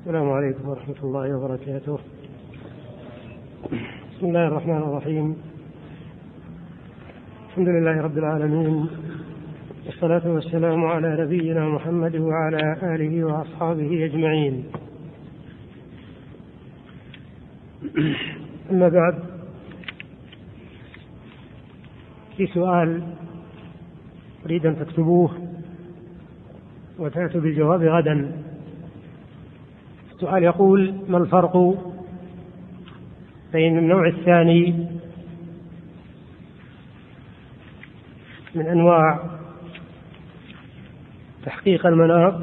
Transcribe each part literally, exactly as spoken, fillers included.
السلام عليكم ورحمة الله وبركاته. بسم الله الرحمن الرحيم. الحمد لله رب العالمين، والصلاة والسلام على نبينا محمد وعلى آله وأصحابه أجمعين. أما بعد، في سؤال أريد أن تكتبوه وتأتوا بالجواب غدا. السؤال يقول: ما الفرق بين النوع الثاني من أنواع تحقيق المناط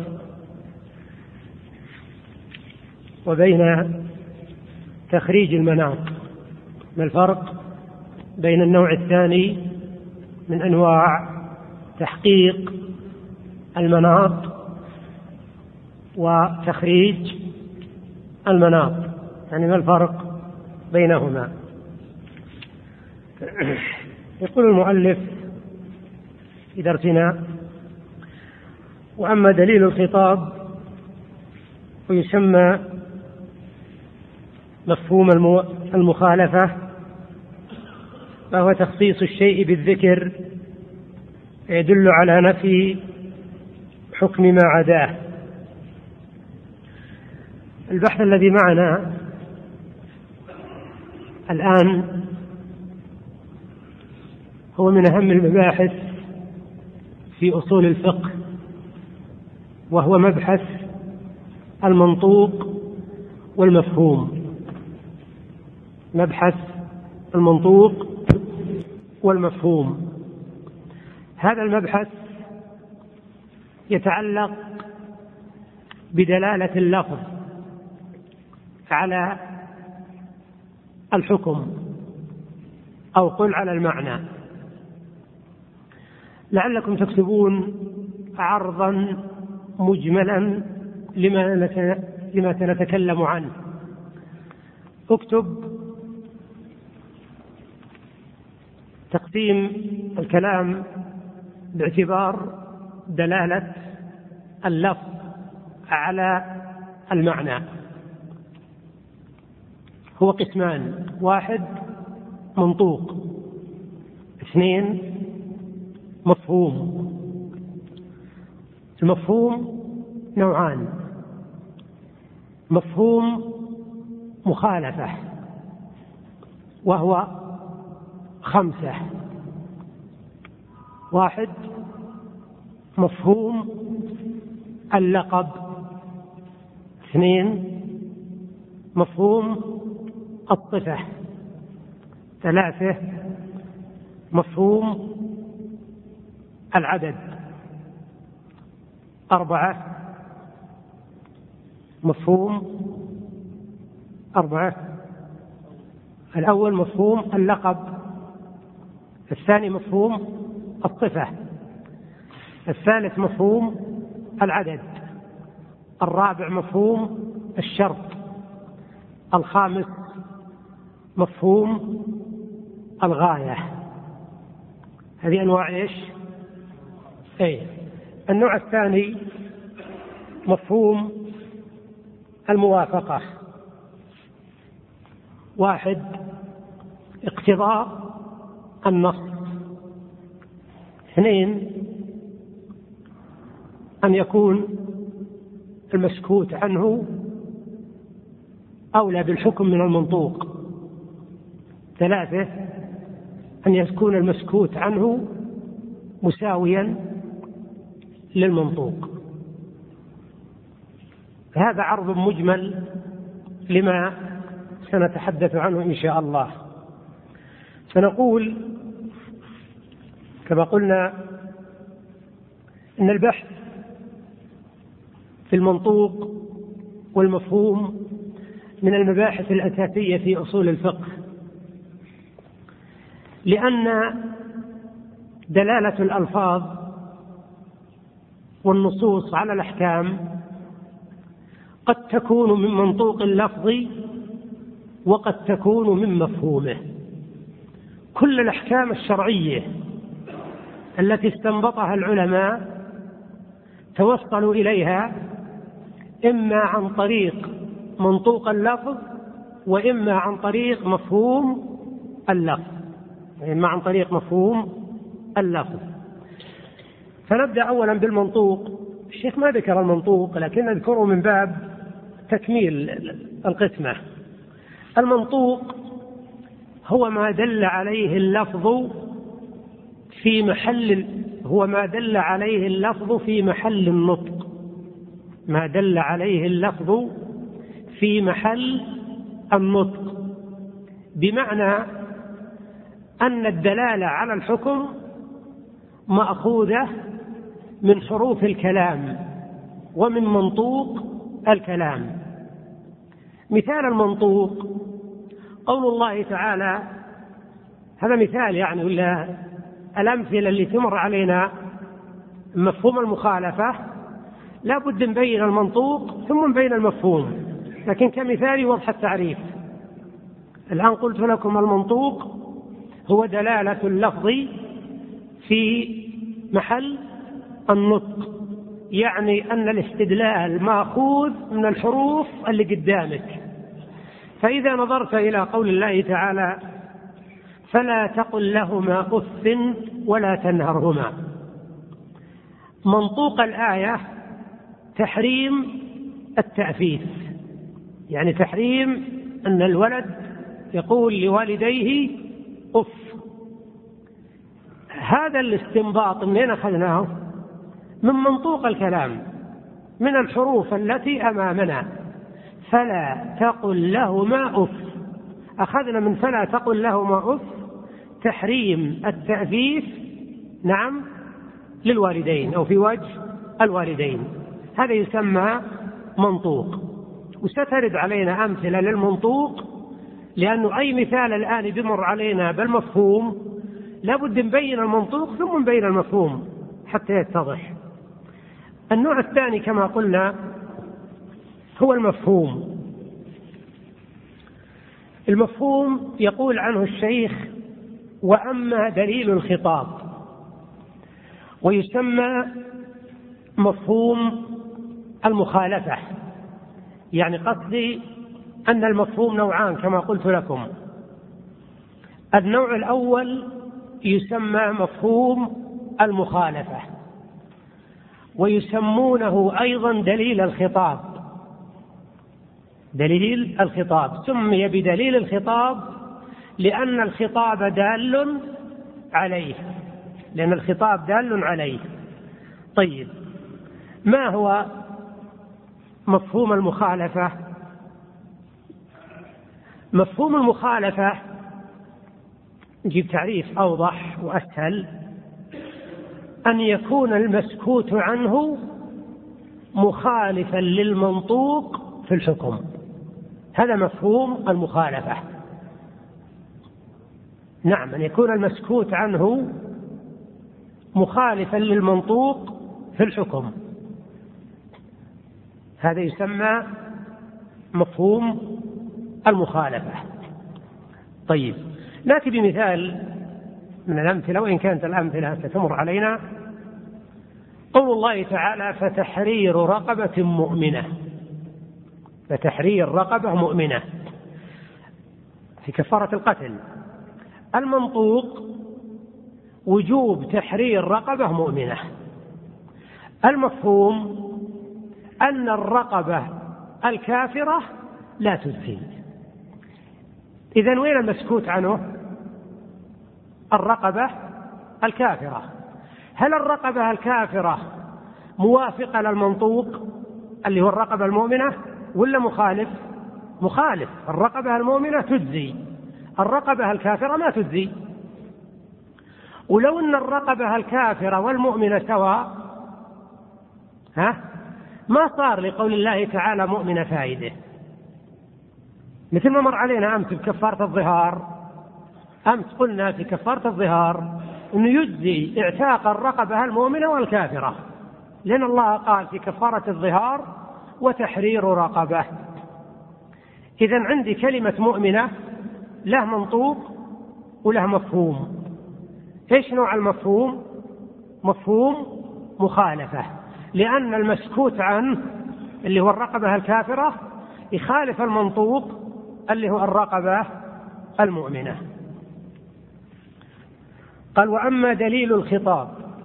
وبين تخريج المناط؟ ما الفرق بين النوع الثاني من أنواع تحقيق المناط وتخريج المناط؟ يعني ما الفرق بينهما؟ يقول المؤلف في درسنا: وأما دليل الخطاب ويسمى مفهوم المخالفة، فهو تخصيص الشيء بالذكر يدل على نفي حكم ما عداه. البحث الذي معنا الآن هو من أهم المباحث في أصول الفقه، وهو مبحث المنطوق والمفهوم. مبحث المنطوق والمفهوم. هذا المبحث يتعلق بدلالة اللفظ على الحكم، أو قل على المعنى. لعلكم تكتبون عرضا مجملا لما لما سنتكلم عنه. اكتب تقسيم الكلام باعتبار دلالة اللفظ على المعنى. هو قسمان: واحد منطوق، اثنين مفهوم. المفهوم نوعان: مفهوم مخالفة وهو خمسة. واحد مفهوم اللقب، اثنين مفهوم الصفة، ثلاثة مفهوم العدد، أربعة مفهوم أربعة الأول مفهوم اللقب، الثاني مفهوم الصفة، الثالث مفهوم العدد، الرابع مفهوم الشرط، الخامس مفهوم الغاية. هذه أنواع إيش؟ أي. النوع الثاني مفهوم الموافقة. واحد اقتضاء النص، اثنين أن يكون المسكوت عنه أولى بالحكم من المنطوق، ثلاثة أن يكون المسكوت عنه مساويا للمنطوق. هذا عرض مجمل لما سنتحدث عنه إن شاء الله. سنقول كما قلنا إن البحث في المنطوق والمفهوم من المباحث الأساسية في أصول الفقه، لأن دلالة الألفاظ والنصوص على الأحكام قد تكون من منطوق اللفظ وقد تكون من مفهومه. كل الأحكام الشرعية التي استنبطها العلماء توصلوا إليها إما عن طريق منطوق اللفظ وإما عن طريق مفهوم اللفظ إما عن طريق مفهوم اللفظ. فنبدأ أولا بالمنطوق. الشيخ ما ذكر المنطوق لكن نذكره من باب تكميل القسمة. المنطوق هو ما دل عليه اللفظ في محل هو ما دل عليه اللفظ في محل النطق ما دل عليه اللفظ في محل النطق، بمعنى أن الدلالة على الحكم مأخوذة من حروف الكلام ومن منطوق الكلام. مثال المنطوق قول الله تعالى، هذا مثال يعني، ولا الأمثلة اللي تمر علينا مفهوم المخالفة لا بد نبين المنطوق ثم نبين المفهوم، لكن كمثال يوضح التعريف. الآن قلت لكم المنطوق هو دلالة اللفظ في محل النطق، يعني أن الاستدلال مأخوذ من الحروف اللي قدامك. فإذا نظرت إلى قول الله تعالى فلا تقل لهما أف ولا تنهرهما، منطوق الآية تحريم التأفيف، يعني تحريم أن الولد يقول لوالديه أف. هذا الاستنباط منين أخذناه؟ من منطوق الكلام، من الحروف التي أمامنا. فلا تقل لهما أف، أخذنا من فلا تقل لهما أف تحريم التأفيف، نعم، للوالدين أو في وجه الوالدين. هذا يسمى منطوق، وسترد علينا أمثلة للمنطوق، لأنه أي مثال الآن بمر علينا بالمفهوم لابد نبين المنطوق ثم نبين المفهوم حتى يتضح. النوع الثاني كما قلنا هو المفهوم. المفهوم يقول عنه الشيخ وأما دليل الخطاب، ويسمى مفهوم المخالفة. يعني قصدي أن المفهوم نوعان كما قلت لكم. النوع الأول يسمى مفهوم المخالفة، ويسمونه أيضا دليل الخطاب. دليل الخطاب سمي بدليل الخطاب لأن الخطاب دال عليه لأن الخطاب دال عليه. طيب، ما هو مفهوم المخالفة؟ مفهوم المخالفة نجيب تعريف أوضح وأسهل: أن يكون المسكوت عنه مخالفا للمنطوق في الحكم. هذا مفهوم المخالفة. نعم، أن يكون المسكوت عنه مخالفا للمنطوق في الحكم، هذا يسمى مفهوم المخالفة. طيب، نأتي بمثال من الأمثلة، وإن كانت الأمثلة ستمر علينا. قول الله تعالى فتحرير رقبة مؤمنة، فتحرير رقبة مؤمنة في كفارة القتل. المنطوق وجوب تحرير رقبة مؤمنة. المفهوم أن الرقبة الكافرة لا تزكي. إذن وين المسكوت عنه؟ الرقبة الكافرة. هل الرقبة الكافرة موافقة للمنطوق اللي هو الرقبة المؤمنة ولا مخالف؟ مخالف. الرقبة المؤمنة تجزي، الرقبة الكافرة ما تجزي. ولو أن الرقبة الكافرة والمؤمنة سواء، ها ما صار لقول الله تعالى مؤمنة فائدة. مثل ما مر علينا أمس بكفارة الظهار، أمس قلنا في كفارة الظهار أنه يجزي اعتاق الرقبة المؤمنة والكافرة، لأن الله قال في كفارة الظهار وتحرير رقبة. إذن عندي كلمة مؤمنة له منطوق وله مفهوم. إيش نوع المفهوم؟ مفهوم مخالفة، لأن المسكوت عنه اللي هو الرقبة الكافرة يخالف المنطوق اللي هو الرقبة المؤمنة. قال: وأما دليل الخطاب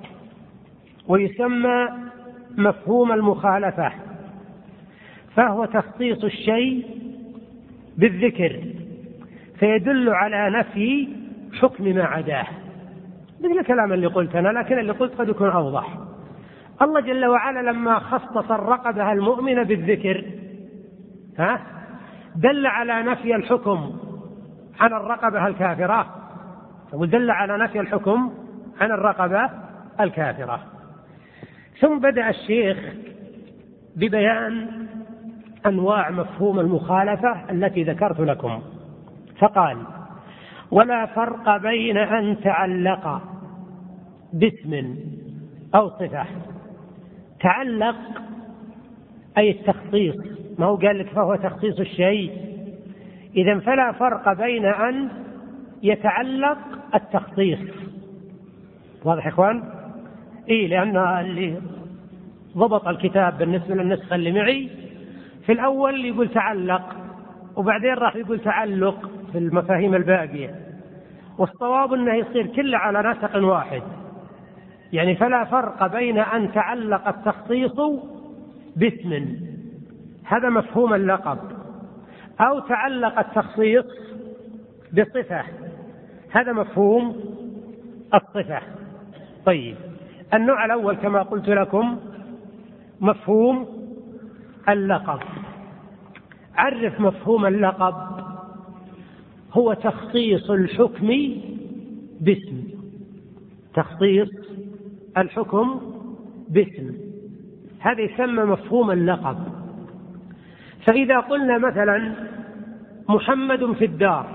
ويسمى مفهوم المخالفة فهو تخصيص الشيء بالذكر فيدل على نفي حكم ما عداه، مثل الكلام اللي قلت أنا، لكن اللي قلت قد يكون أوضح. الله جل وعلا لما خصص الرقبة المؤمنة بالذكر ها دل على نفي الحكم عن الرقبة الكافرة، ودل على نفي الحكم عن الرقبة الكافرة. ثم بدأ الشيخ ببيان أنواع مفهوم المخالفة التي ذكرت لكم، فقال: ولا فرق بين أن تعلق باسم أو صفة. تعلق أي التخصيص، ما هو قال لك فهو تخصيص الشيء، إذن فلا فرق بين أن يتعلق التخصيص. واضح يا إخوان؟ إيه، لأن اللي ضبط الكتاب بالنسبة للنسخة اللي معي في الأول يقول تعلق، وبعدين راح يقول تعلق في المفاهيم الباقية، والصواب أنه يصير كله على نسق واحد. يعني فلا فرق بين أن تعلق التخصيص باسم، هذا مفهوم اللقب، أو تعلق التخصيص بصفة، هذا مفهوم الصفة. طيب، النوع الأول كما قلت لكم مفهوم اللقب. عرف مفهوم اللقب: هو تخصيص الحكم باسم، تخصيص الحكم باسم، هذا يسمى مفهوم اللقب. فإذا قلنا مثلا محمد في الدار،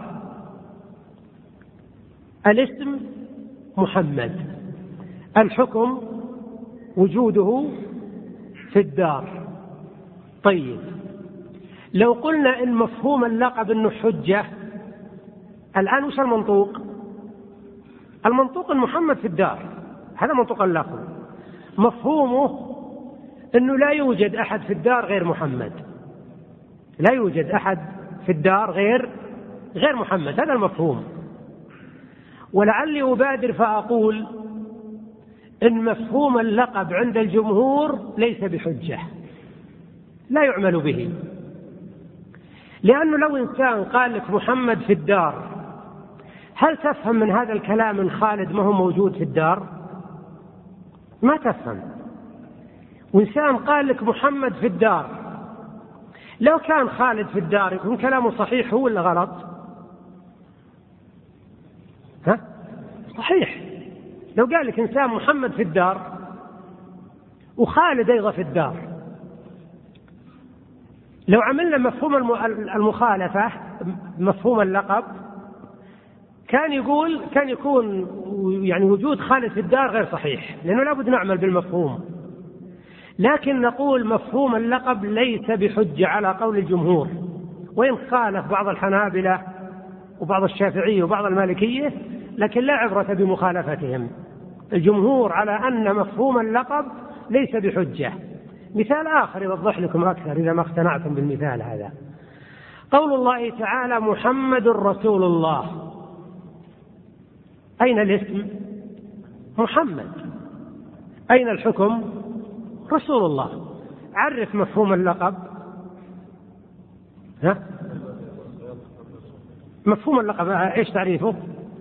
الاسم محمد، الحكم وجوده في الدار. طيب، لو قلنا إن مفهوم اللقب إنه حجة، الآن وش المنطوق؟ المنطوق إن محمد في الدار، هذا منطوق اللقب. مفهومه إنه لا يوجد أحد في الدار غير محمد، لا يوجد أحد في الدار غير غير محمد، هذا المفهوم. ولعلي أبادر فأقول إن مفهوم اللقب عند الجمهور ليس بحجة، لا يعمل به، لأنه لو إنسان قال لك محمد في الدار، هل تفهم من هذا الكلام إن خالد ما هو موجود في الدار؟ ما تفهم. وإنسان قال لك محمد في الدار، لو كان خالد في الدار يكون كلامه صحيح هو ولا غلط؟ ها؟ صحيح. لو قال لك إنسان محمد في الدار وخالد أيضا في الدار، لو عملنا مفهوم المخالفة مفهوم اللقب، كان يقول كان يكون يعني وجود خالد في الدار غير صحيح، لأنه لابد نعمل بالمفهوم. لكن نقول مفهوم اللقب ليس بحجة على قول الجمهور، وإن خالف بعض الحنابلة وبعض الشافعية وبعض المالكية، لكن لا عبرة بمخالفتهم. الجمهور على أن مفهوم اللقب ليس بحجة. مثال آخر يوضح لكم أكثر إذا ما اقتنعتم بالمثال هذا: قول الله تعالى محمد رسول الله، أين الاسم؟ محمد. أين الحكم؟ رسول الله. عرف مفهوم اللقب. ها؟ مفهوم اللقب ايش تعريفه؟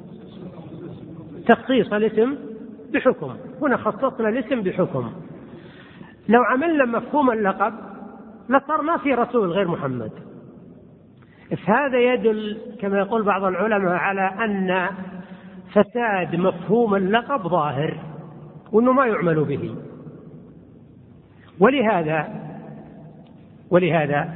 تخصيص الاسم بحكم، هنا خصصنا الاسم بحكم. لو عملنا مفهوم اللقب لصار ما في رسول غير محمد. فهذا يدل كما يقول بعض العلماء على أن فساد مفهوم اللقب ظاهر، وأنه ما يعمل به. ولهذا ولهذا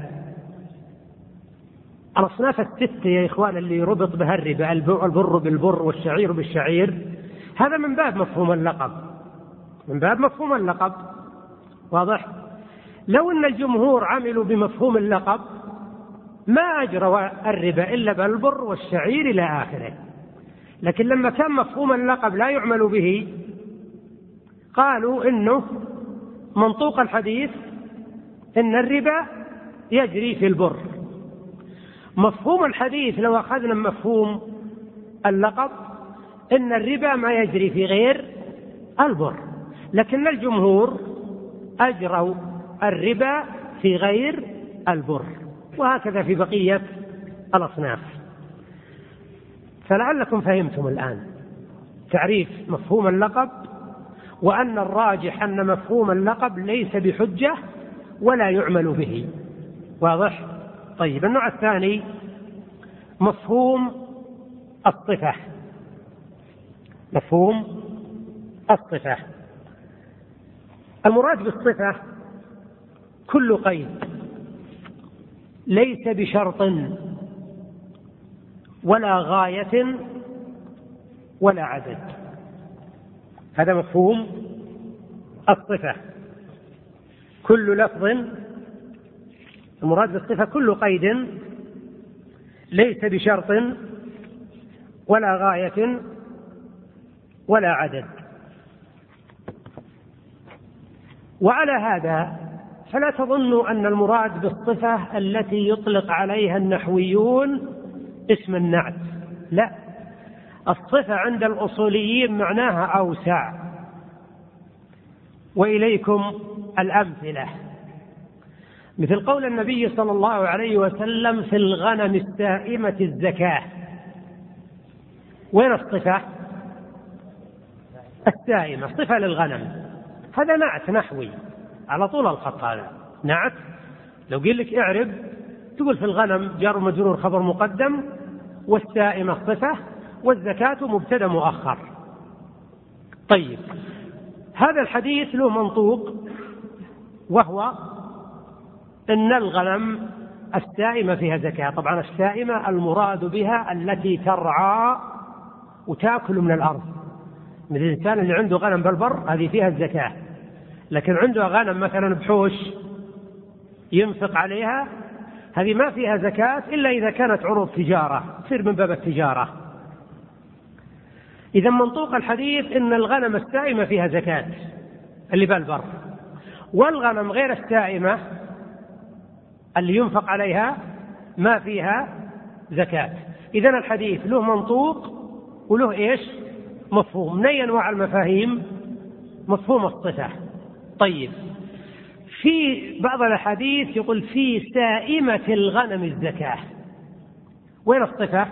الأصناف الستة يا إخوان اللي ربط بها الربا، البر بالبر والشعير بالشعير، هذا من باب مفهوم اللقب، من باب مفهوم اللقب. واضح؟ لو أن الجمهور عملوا بمفهوم اللقب ما أجروا الربا إلا بالبر والشعير إلى آخره. لكن لما كان مفهوم اللقب لا يعمل به، قالوا إنه منطوق الحديث إن الربا يجري في البر. مفهوم الحديث لو أخذنا مفهوم اللقب إن الربا ما يجري في غير البر، لكن الجمهور أجروا الربا في غير البر، وهكذا في بقية الأصناف. فلعلكم فهمتم الآن تعريف مفهوم اللقب، وأن الراجح أن مفهوم اللقب ليس بحجة ولا يعمل به. واضح؟ طيب، النوع الثاني مفهوم الصفة. مفهوم الصفة، المراد بالصفة كل قيد ليس بشرط ولا غاية ولا عدد، هذا مفهوم الصفة. كل لفظ، المراد بالصفة كل قيد ليس بشرط ولا غاية ولا عدد. وعلى هذا فلا تظنوا أن المراد بالصفة التي يطلق عليها النحويون اسم النعت، لا، الصفة عند الأصوليين معناها أوسع. وإليكم الأمثلة، مثل قول النبي صلى الله عليه وسلم في الغنم السائمة الزكاة. وين الصفة؟ السائمة صفة للغنم، هذا نعت نحوي على طول الخط، هذا نعت. لو قيل لك اعرب تقول في الغنم جار مجرور خبر مقدم، والسائمة صفة، والزكاة مبتدأ مؤخر. طيب، هذا الحديث له منطوق، وهو إن الغنم السائمة فيها زكاة. طبعا السائمة المراد بها التي ترعى وتأكل من الأرض، من الإنسان اللي عنده غنم بالبر هذه فيها الزكاة، لكن عنده غنم مثلا بحوش ينفق عليها هذه ما فيها زكاة إلا إذا كانت عروض تجارة، تصير من باب التجارة. إذا منطوق الحديث إن الغنم السائمة فيها زكاة اللي بالبر، والغنم غير السائمة اللي ينفق عليها ما فيها زكاة. إذا الحديث له منطوق وله إيش؟ مفهوم. من أي أنواع المفاهيم؟ مفهوم الصفة. طيب، في بعض الأحاديث يقول في سائمة الغنم الزكاة. وين الصفة؟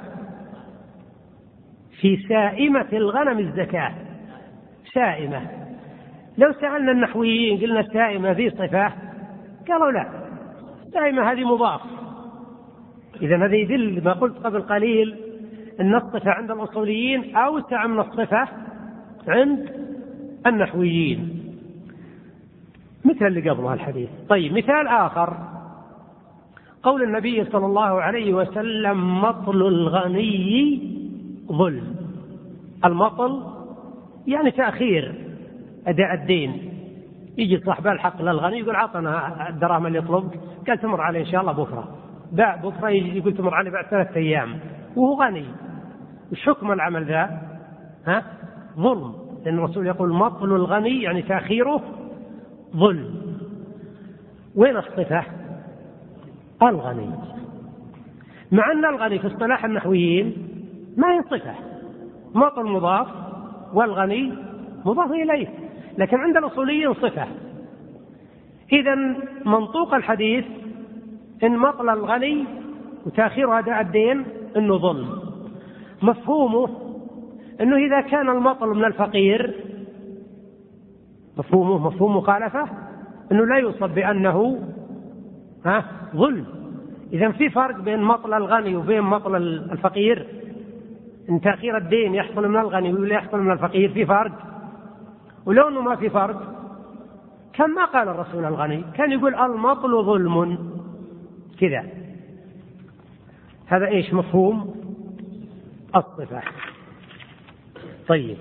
في سائمة الغنم الزكاة، سائمة. لو سألنا النحويين قلنا السائمة ذي صفة، قالوا لا، السائمة هذه مضاف. إذن هذا يدل ما قلت قبل قليل أن الصفة عند الأصوليين أوسع من الصفة عند النحويين، مثل اللي قبلها الحديث. طيب، مثال آخر قول النبي صلى الله عليه وسلم مطل الغني ظلم. المطل يعني تأخير أداء الدين، يجي صاحب الحق للغني يقول عطنا الدراهم اللي يطلبك، قال تمر عليه إن شاء الله بكرة، باع بكرة يجي يقول تمر عليه بعد ثلاثة أيام وهو غني. وش حكم العمل ذا؟ ها؟ ظلم، لأن الرسول يقول مطل الغني يعني تأخيره ظلم. وين الصفة؟ الغني، مع أن الغني في اصطلاح النحويين ما هي صفة، مطل مضاف والغني مضاف إليه، لكن عند الأصوليين صفة. إذن منطوق الحديث إن مطل الغني وتأخير أداء الدين إنه ظلم. مفهومه إنه إذا كان المطل من الفقير، مفهومه مفهوم مخالفة، إنه لا يوصف بأنه ها ظلم. إذن في فرق بين مطل الغني وبين مطل الفقير. إن تأخير الدين يحصل من الغني ولا يحصل من الفقير في فرق. ولو أنه ما في فرق كان ما قال الرسول الغني، كان يقول المطل ظلم كذا. هذا إيش؟ مفهوم الصفة. طيب،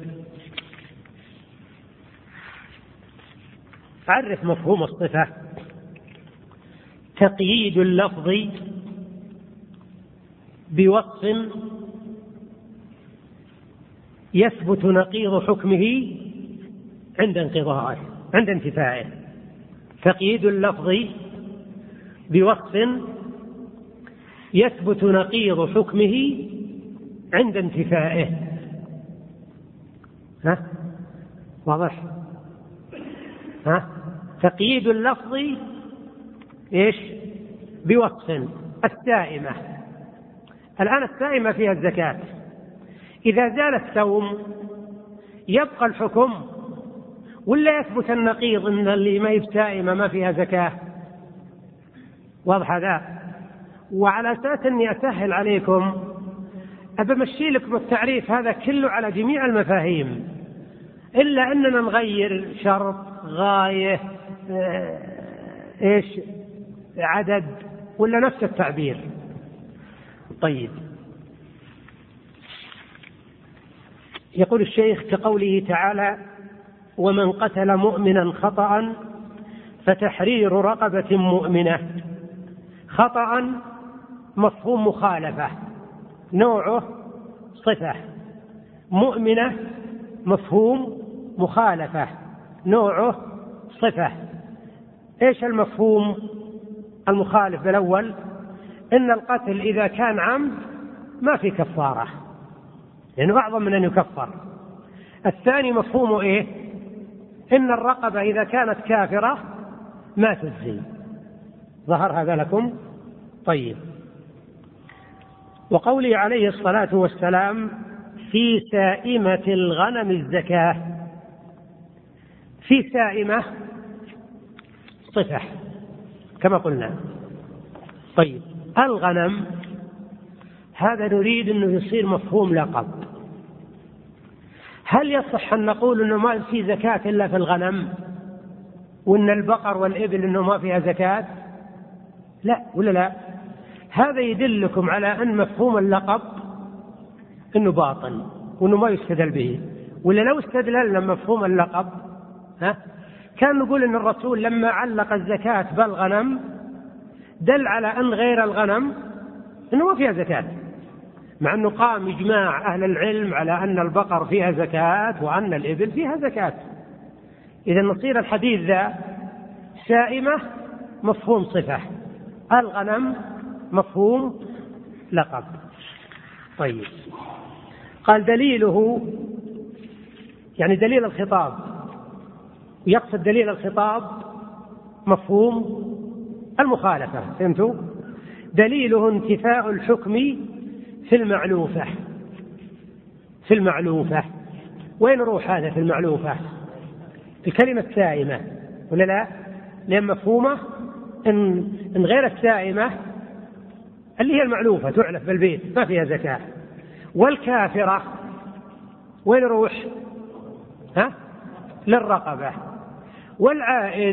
عرف مفهوم الصفة. تقييد اللفظ بوصف يثبت نقيض حكمه عند انقضائه، عند انتفائه. تقييد اللفظ بوصف يثبت نقيض حكمه عند انتفائه. ها؟ واضح؟ ها؟ تقييد اللفظ إيش؟ بوصف. السائمة، الآن السائمة فيها الزكاة، إذا زال السوم يبقى الحكم ولا يثبت النقيض إن اللي ما يبسائمة ما فيها زكاة؟ واضح هذا؟ وعلى أساس أني أسهل عليكم أبمشي لكم التعريف هذا كله على جميع المفاهيم، إلا أننا نغير شرط، غاية، إيش، عدد، ولا نفس التعبير. طيب، يقول الشيخ كقوله تعالى: ومن قتل مؤمنا خطأ فتحرير رقبة مؤمنة. خطأ مفهوم مخالفة، نوعه صفة. مؤمنة مفهوم مخالفة، نوعه صفة. إيش المفهوم المخالف بالأول؟ إن القتل إذا كان عمد ما في كفارة، لأنه يعني أعظم من أن يكفر. الثاني مفهومه إيه؟ إن الرقبة إذا كانت كافرة ما تجزي. ظهر هذا لكم؟ طيب، وقوله عليه الصلاة والسلام: في سائمة الغنم الزكاة. في سائمة صفة كما قلنا. طيب، الغنم هذا نريد أنه يصير مفهوم لقب. هل يصح أن نقول أنه ما في زكاة إلا في الغنم، وأن البقر والإبل أنه ما فيها زكاة؟ لا، ولا لا؟ هذا يدلكم على أن مفهوم اللقب أنه باطل وأنه ما يستدل به. ولا لو استدللنا مفهوم اللقب ها كان نقول أن الرسول لما علق الزكاة بالغنم دل على أن غير الغنم أنه ما فيها زكاة، مع أنه قام إجماع أهل العلم على أن البقر فيها زكاة وأن الإبل فيها زكاة. إذا نصير الحديث ذا سائمة مفهوم صفة، الغنم مفهوم لقب. طيب، قال دليله، يعني دليل الخطاب، ويقصد دليل الخطاب مفهوم المخالفة. فهمتوا؟ دليله انتفاء الحكم في المعلوفة. في المعلوفة وين نروح هذا في المعلوفة؟ في كلمة سائمة ولا لا؟ لأن مفهومة إن, إن غير السائمة اللي هي المعلوفة تعلف بالبيت ما فيها زكاة. والكافرة وين نروح؟ ها؟ للرقبة. والعائذ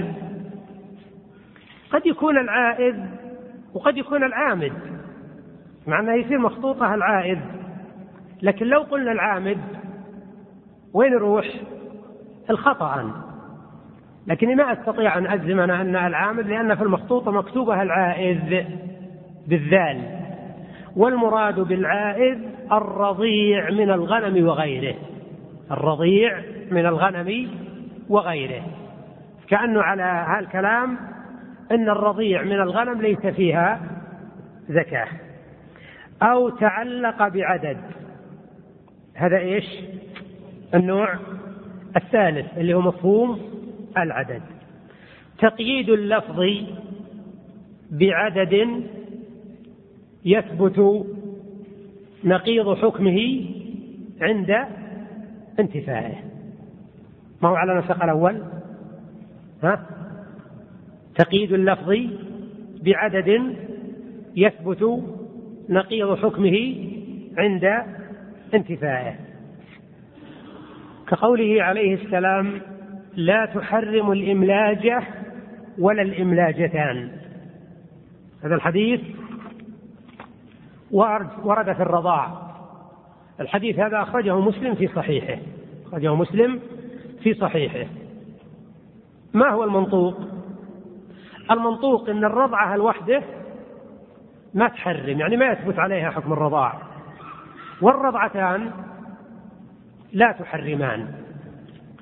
قد يكون العائذ وقد يكون العامد، مع أنها يصير مخطوطة العائذ، لكن لو قلنا العامد وين نروح؟ الخطأ. لكني ما أستطيع أن أجزم أنا أن العامد، لأن في المخطوطة مكتوبة العائذ بالذال، والمراد بالعائذ الرضيع من الغنم وغيره. الرضيع من الغنم وغيره، كأنه على هالكلام أن الرضيع من الغنم ليس فيها زكاة. أو تعلق بعدد، هذا إيش؟ النوع الثالث اللي هو مفهوم العدد. تقييد اللفظ بعدد يثبت نقيض حكمه عند انتفائه. ما هو على نسق الأول؟ ها؟ تقييد اللفظ بعدد يثبت نقيض حكمه عند انتفائه، كقوله عليه السلام: لا تحرم الإملاجة ولا الإملاجتان. هذا الحديث ورد في الرضاع. الحديث هذا أخرجه مسلم في صحيحه، أخرجه مسلم في صحيحه. ما هو المنطوق؟ المنطوق إن الرضعة الوحدة ما تحرم، يعني ما يثبت عليها حكم الرضاع، والرضعتان لا تحرمان.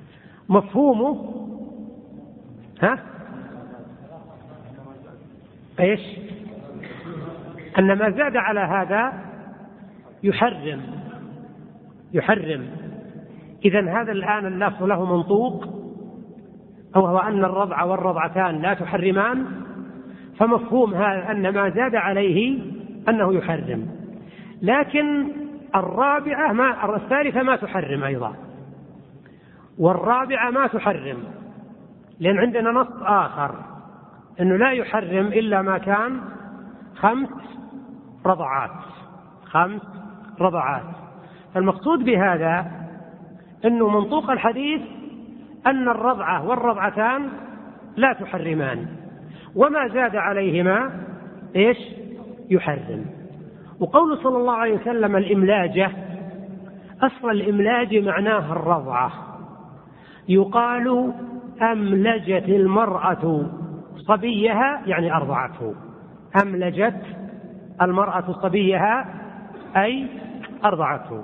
مفهومه ها إيش؟ أن ما زاد على هذا يحرم يحرم إذن هذا الآن اللفظ له منطوق، أو هو أن الرضع والرضعتان لا تحرمان، فمفهوم هذا أن ما زاد عليه أنه يحرم. لكن الرابعة ما الثالثة ما تحرم أيضا، والرابعة ما تحرم، لأن عندنا نص آخر أنه لا يحرم إلا ما كان خمس رضعات خمس رضعات. فالمقصود بهذا أنه منطوق الحديث أن الرضعة والرضعتان لا تحرمان، وما زاد عليهما إيش؟ يحرم. وقول صلى الله عليه وسلم الإملاجة، أصل الإملاج معناها الرضعة، يقال أملجت المرأة صبيها يعني أرضعته، أملجت المرأة صبيها أي أرضعته.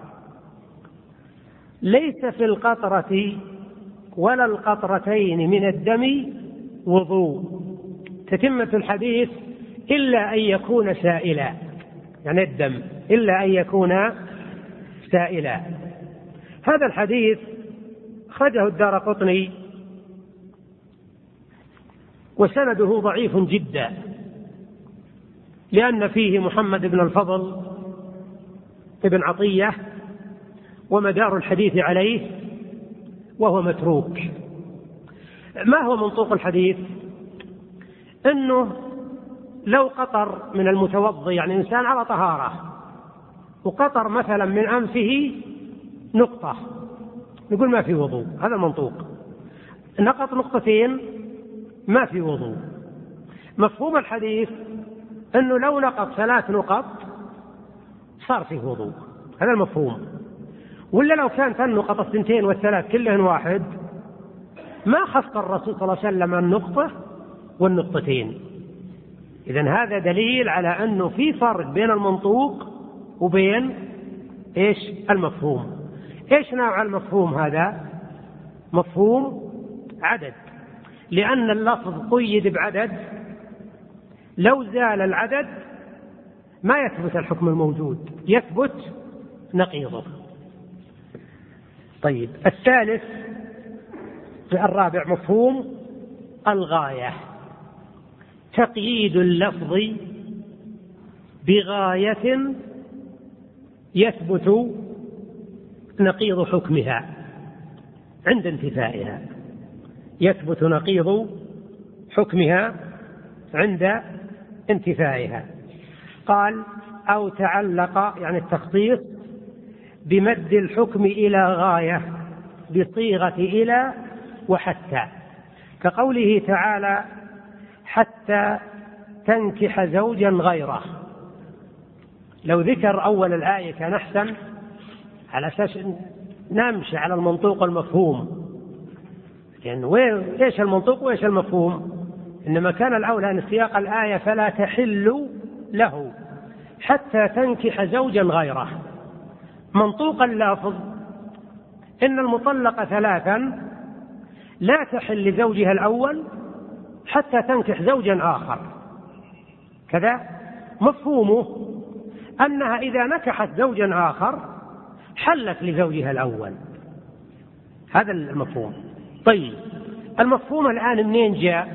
ليس في القطرة ولا القطرتين من الدم وضوء، تتمة الحديث إلا أن يكون سائلا، يعني الدم إلا أن يكون سائلا. هذا الحديث خرجه الدارقطني وسنده ضعيف جدا، لأن فيه محمد بن الفضل ابن عطية ومدار الحديث عليه وهو متروك. ما هو منطوق الحديث؟ أنه لو قطر من المتوضي، يعني إنسان على طهارة وقطر مثلا من أنفه نقطة، نقول ما في وضوء، هذا منطوق. نقط نقطتين ما في وضوء. مفهوم الحديث أنه لو نقط ثلاث نقط صار فيه وضوء، هذا المفهوم. ولا لو كانت النقط الثنتين والثلاث كلهن واحد ما خص الرسول صلى الله عليه وسلم النقطة والنقطتين. إذن هذا دليل على أنه في فرق بين المنطوق وبين إيش؟ المفهوم. إيش نوع المفهوم هذا؟ مفهوم عدد، لأن اللفظ قيد بعدد، لو زال العدد ما يثبت الحكم الموجود، يثبت نقيضه. طيب، الثالث الرابع مفهوم الغاية، تقييد اللفظ بغاية يثبت نقيض حكمها عند انتفائها، يثبت نقيض حكمها عند انتفائها. قال أو تعلق، يعني التخصيص، بمد الحكم إلى غاية بصيغة إلى وحتى، كقوله تعالى حتى تنكح زوجا غيره. لو ذكر أول الآية كان أحسن، على أساس نمشي على المنطوق المفهوم، لأنه يعني إيش المنطوق وإيش المفهوم. إنما كان الأولى أن سياق الآية فلا تحل له حتى تنكح زوجا غيره. منطوق اللفظ إن المطلقة ثلاثا لا تحل لزوجها الأول حتى تنكح زوجا آخر، كذا. مفهومه أنها إذا نكحت زوجا آخر حلت لزوجها الأول، هذا المفهوم. طيب، المفهوم الآن منين جاء؟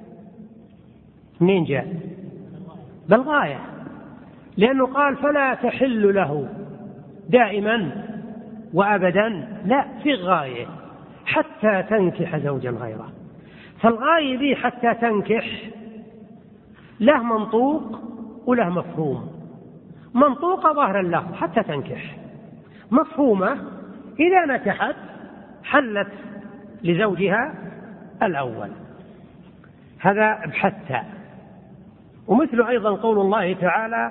منين جاء؟ بالغاية، لأنه قال فلا تحل له دائما وأبدا، لا، في غاية حتى تنكح زوجا غيره. فالغاية دي حتى تنكح له منطوق وله مفهوم. منطوق ظهر اللفظ حتى تنكح، مفهومة إذا نكحت حلت لزوجها الأول، هذا بحتى. ومثل أيضا قول الله تعالى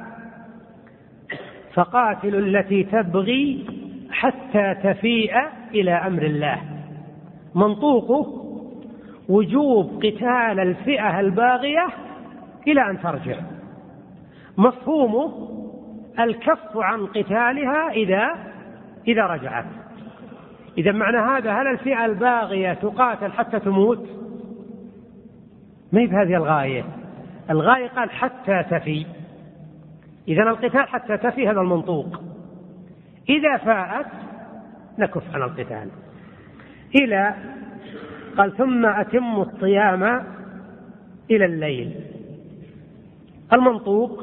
فقاتلوا التي تبغي حتى تفيء إلى أمر الله. منطوقه وجوب قتال الفئة الباغية إلى أن ترجع، مفهومه الكف عن قتالها إذا إذا رجعت. إذا معنى هذا هل الفئة الباغية تقاتل حتى تموت؟ ما هي بهذه الغاية. الغاية قال حتى تفي، إذن القتال حتى تفي هذا المنطوق، إذا فاءت نكف عن القتال. إلى قال ثم أتم الصيام إلى الليل، المنطوق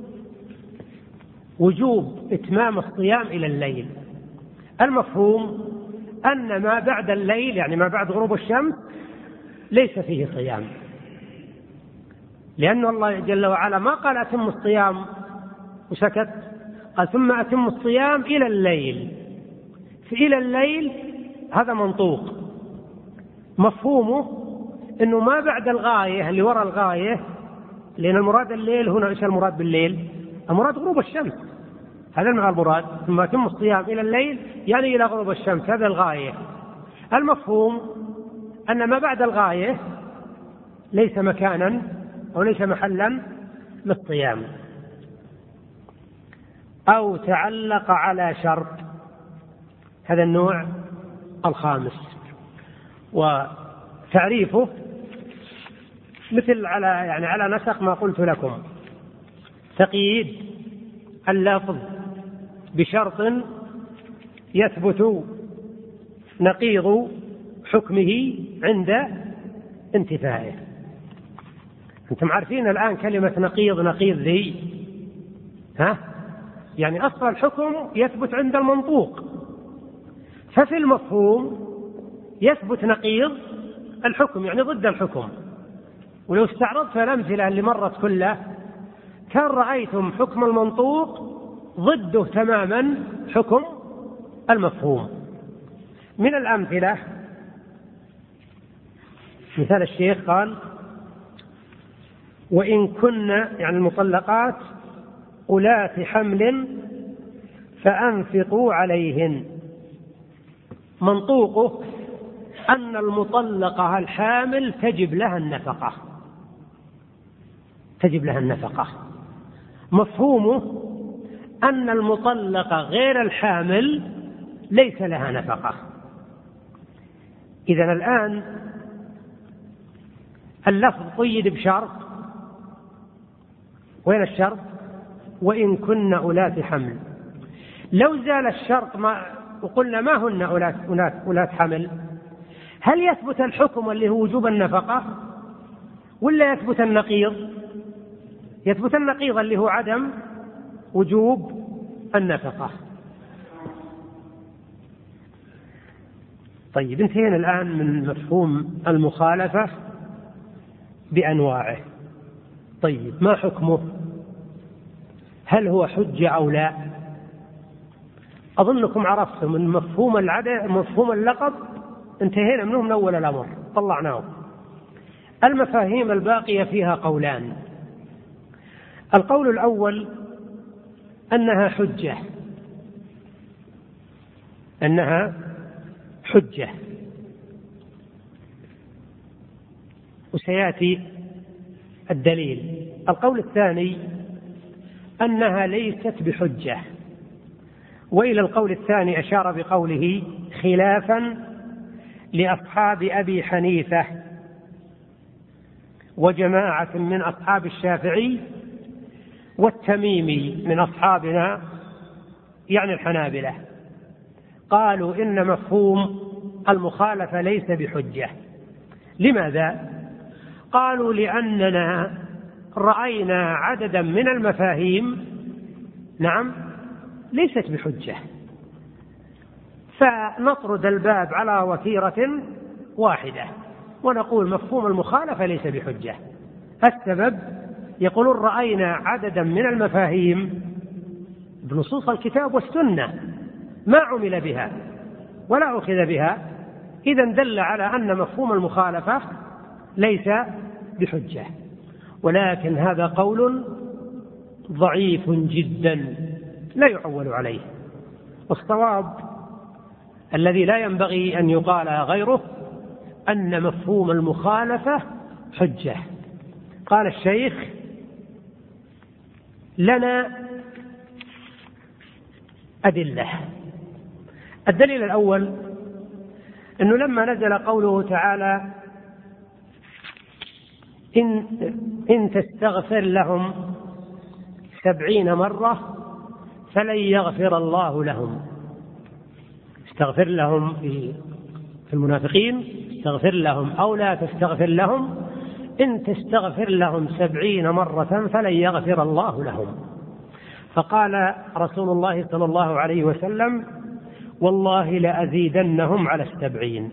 وجوب إتمام الصيام إلى الليل، المفهوم أن ما بعد الليل يعني ما بعد غروب الشمس ليس فيه صيام، لأن الله جل وعلا ما قال أتم الصيام وسكت، قال ثم أتم الصيام إلى الليل، فإلى الليل هذا منطوق، مفهومه أنه ما بعد الغاية اللي وراء الغاية، لأن المراد الليل هنا إيش المراد بالليل؟ المراد غروب الشمس، هذا المراد، ثم أتم الصيام إلى الليل يعني إلى غروب الشمس، هذا الغاية. المفهوم أن ما بعد الغاية ليس مكانا أو ليس محلا للصيام. أو تعلق على شرط، هذا النوع الخامس، وتعريفه مثل على يعني على نسق ما قلت لكم: تقييد اللفظ بشرط يثبت نقيض حكمه عند انتفائه. أنتم عارفين الآن كلمة نقيض نقيض ذي، ها؟ يعني أصل الحكم يثبت عند المنطوق، ففي المفهوم يثبت نقيض الحكم يعني ضد الحكم. ولو استعرضت الأمثلة اللي مرت كلها كان رأيتم حكم المنطوق ضده تماما حكم المفهوم. من الأمثلة مثال الشيخ قال: وإن كن يعني المطلقات أولات حمل فأنفقوا عليهن. منطوقه أن المطلقة الحامل تجب لها النفقة، تجب لها النفقة. مفهومه أن المطلقة غير الحامل ليس لها نفقة. إذن الآن اللفظ قيد بشرط، وين الشرط؟ وإن كن أولات حمل. لو زال الشرط ما وقلنا ما هن أولات, أولات, أولات حمل، هل يثبت الحكم اللي هو وجوب النفقة ولا يثبت النقيض؟ يثبت النقيض اللي هو عدم وجوب النفقة. طيب انتهينا الآن من مفهوم المخالفة بأنواعه. طيب ما حكمه؟ هل هو حجة أو لا؟ أظنكم عرفتم من مفهوم العدد مفهوم اللقب انتهينا منه من أول الأمر طلعناه. المفاهيم الباقية فيها قولان. القول الأول أنها حجة، أنها حجة، وسيأتي الدليل. القول الثاني أنها ليست بحجة، وإلى القول الثاني أشار بقوله خلافا لأصحاب أبي حنيفة وجماعة من أصحاب الشافعي والتميمي من أصحابنا يعني الحنابلة، قالوا إن مفهوم المخالفة ليس بحجة. لماذا؟ قالوا لأننا رأينا عددا من المفاهيم نعم ليست بحجة، فنطرد الباب على وتيرة واحدة ونقول مفهوم المخالفة ليس بحجة. السبب يقولون رأينا عددا من المفاهيم بنصوص الكتاب والسنة ما عمل بها ولا أخذ بها، إذن دل على أن مفهوم المخالفة ليس بحجة. ولكن هذا قول ضعيف جدا لا يعول عليه، والصواب الذي لا ينبغي أن يقال غيره أن مفهوم المخالفة حجة. قال الشيخ: لنا أدلة. الدليل الأول أنه لما نزل قوله تعالى إن إن تستغفر لهم سبعين مرة فلن يغفر الله لهم. استغفر لهم في المنافقين، استغفر لهم أو لا تستغفر لهم، إن تستغفر لهم سبعين مرة فلن يغفر الله لهم. فقال رسول الله صلى الله عليه وسلم: والله لأزيدنهم على السبعين.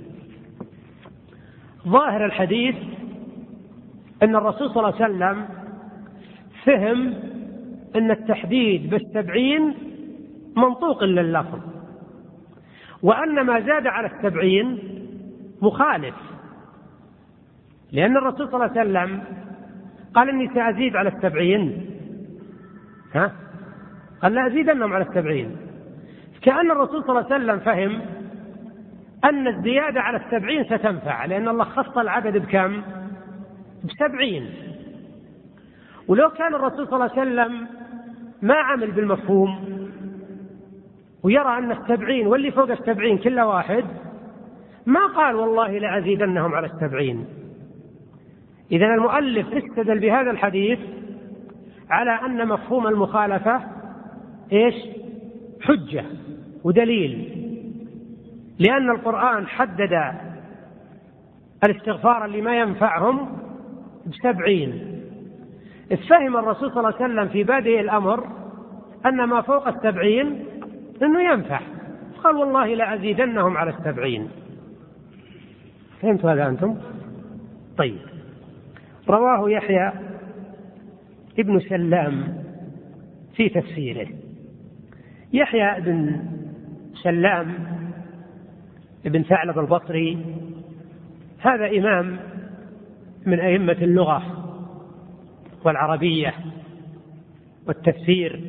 ظاهر الحديث أن الرسول صلى الله عليه وسلم فهم أن التحديد بالسبعين منطوق لللفظ، وأن ما زاد على السبعين مخالف، لأن الرسول صلى الله عليه وسلم قال إني سأزيد على السبعين، ها؟ قال لا أزيدنهم على السبعين. كأن الرسول صلى الله عليه وسلم فهم أن الزيادة على السبعين ستنفع، لأن الله خص العدد بكم؟ بسبعين. ولو كان الرسول صلى الله عليه وسلم ما عمل بالمفهوم ويرى أن السبعين واللي فوق السبعين كل واحد، ما قال والله لأزيدنهم على السبعين. إذن المؤلف استدل بهذا الحديث على أن مفهوم المخالفة إيش؟ حجة ودليل، لأن القرآن حدد الاستغفار اللي ما ينفعهم بسبعين. فهم الرسول صلى الله عليه وسلم في بادئ الأمر أن ما فوق السبعين أنه ينفع، قال والله لأزيدنهم على السبعين. فهمتوا هذا أنتم؟ طيب. رواه يحيى ابن سلام في تفسيره. يحيى بن سلام ابن ثعلب البصري هذا إمام من أئمة اللغة والعربية والتفسير،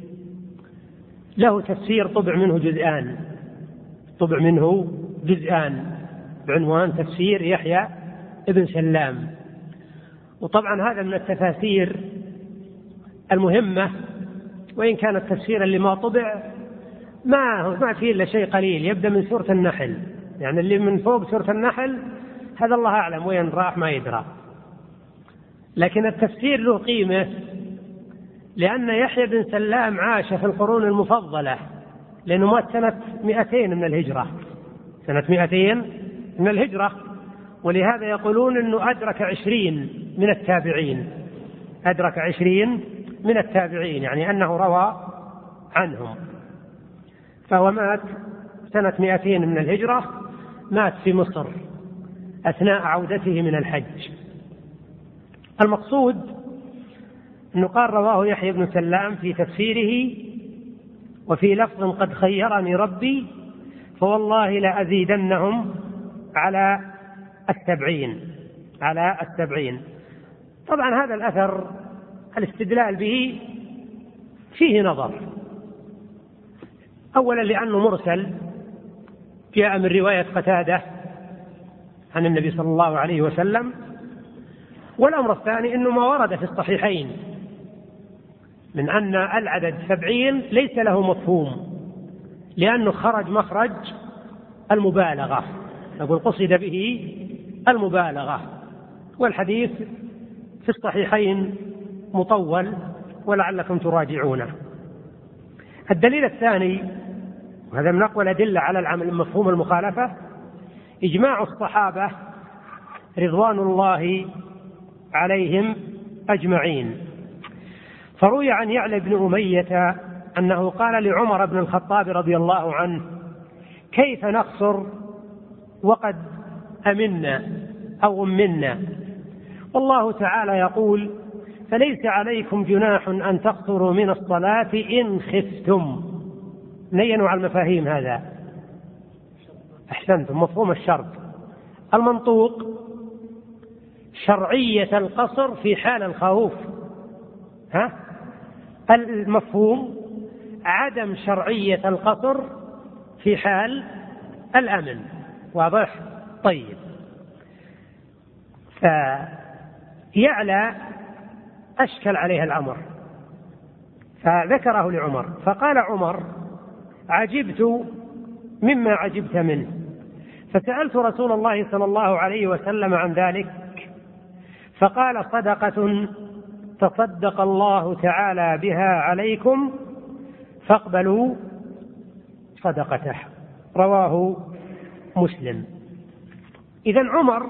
له تفسير طبع منه جزءان طبع منه جزءان بعنوان تفسير يحيى ابن سلام. وطبعا هذا من التفاسير المهمة، وإن كان التفسير اللي ما طبع ما ما فيه إلا شيء قليل، يبدأ من سورة النحل، يعني اللي من فوق سورة النحل هذا الله أعلم وين راح ما يدرى، لكن التفسير له قيمة، لأن يحيى بن سلام عاش في القرون المفضلة، لأنه مات سنة مئتين من الهجرة سنة مئتين من الهجرة ولهذا يقولون أنه أدرك عشرين من التابعين أدرك عشرين من التابعين يعني أنه روى عنهم. فهو مات سنة مئتين من الهجرة، مات في مصر أثناء عودته من الحج. المقصود أنه قال رواه يحيى بن سلام في تفسيره وفي لفظ قد خيرني ربي فوالله لأزيدنهم على السبعين على السبعين. طبعا هذا الأثر الاستدلال به فيه نظر، أولا لأنه مرسل جاء من رواية قتادة عن النبي صلى الله عليه وسلم، والأمر الثاني أنه ما ورد في الصحيحين من أن العدد سبعين ليس له مفهوم، لأنه خرج مخرج المبالغة، نقول قصد به المبالغة، والحديث في الصحيحين مطول ولعلكم تراجعونه. الدليل الثاني، وهذا من أقوى الأدلة على العمل مفهوم المخالفة، إجماع الصحابة رضوان الله عليهم أجمعين. فروي عن يعلى بن أمية أنه قال لعمر بن الخطاب رضي الله عنه: كيف نقصر وقد أمنا أو أمنا؟ والله تعالى يقول: فليس عليكم جناح أن تقصروا من الصلاة إن خفتم. نينوا على المفاهيم هذا. أحسنتم، مفهوم الشرط. المنطوق شرعية القصر في حال الخوف، ها؟ المفهوم عدم شرعية القصر في حال الأمن. واضح؟ طيب. فيعلى أشكل عليها الأمر فذكره لعمر، فقال عمر: عجبت مما عجبت منه، فسألت رسول الله صلى الله عليه وسلم عن ذلك فقال صدقة تصدق الله تعالى بها عليكم فاقبلوا صدقته. رواه مسلم. إذن عمر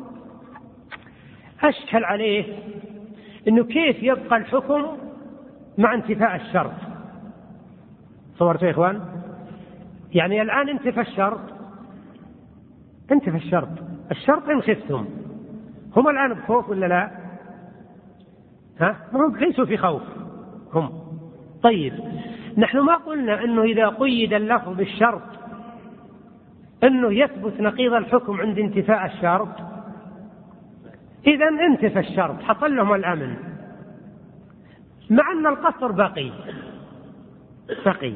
أشكل عليه أنه كيف يبقى الحكم مع انتفاء الشرط. صورتوا يا إخوان؟ يعني الآن انتفى الشرط، انتفى الشرط الشرط إن خفتم. هم الآن بخوف ولا لا؟ ها؟ هم ليسوا في خوف هم. طيب نحن ما قلنا أنه إذا قيد اللفظ بالشرط أنه يثبت نقيض الحكم عند انتفاء الشرط؟ إذن انتفى الشرط حصل لهم الأمن، مع أن القصر بقي بقي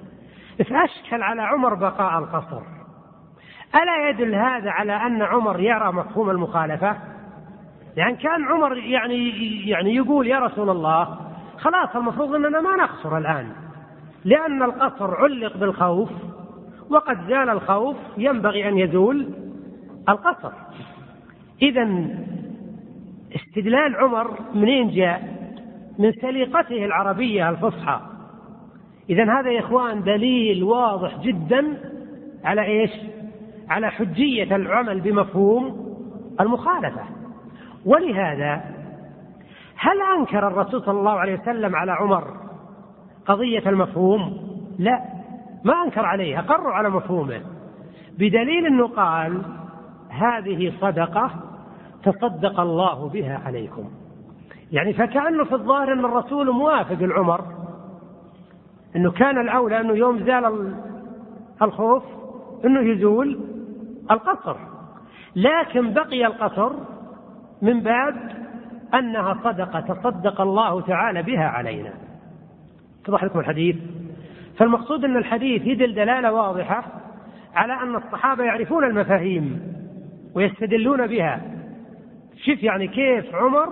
فأشكل على عمر بقاء القصر. ألا يدل هذا على أن عمر يرى مفهوم المخالفة؟ يعني كان عمر يعني يعني يقول يا رسول الله خلاص المفروض أننا ما نقصر الآن، لأن القصر علق بالخوف، وقد زال الخوف ينبغي أن يزول القصر. إذن استدلال عمر منين جاء؟ من سليقته العربية الفصحى. إذن هذا يا إخوان دليل واضح جدا على إيش؟ على حجية العمل بمفهوم المخالفة. ولهذا هل أنكر الرسول صلى الله عليه وسلم على عمر قضية المفهوم؟ لا، ما أنكر عليه، أقروا على مفهومه، بدليل أنه قال هذه صدقة تصدق الله بها عليكم. يعني فكأنه في الظاهر أن الرسول موافق العمر أنه كان الأولى أنه يوم زال الخوف أنه يزول القصر، لكن بقي القصر من باب أنها صدقة تصدق الله تعالى بها علينا. اتضح لكم الحديث؟ فالمقصود أن الحديث يدل دلالة واضحة على أن الصحابة يعرفون المفاهيم ويستدلون بها. شوف يعني كيف عمر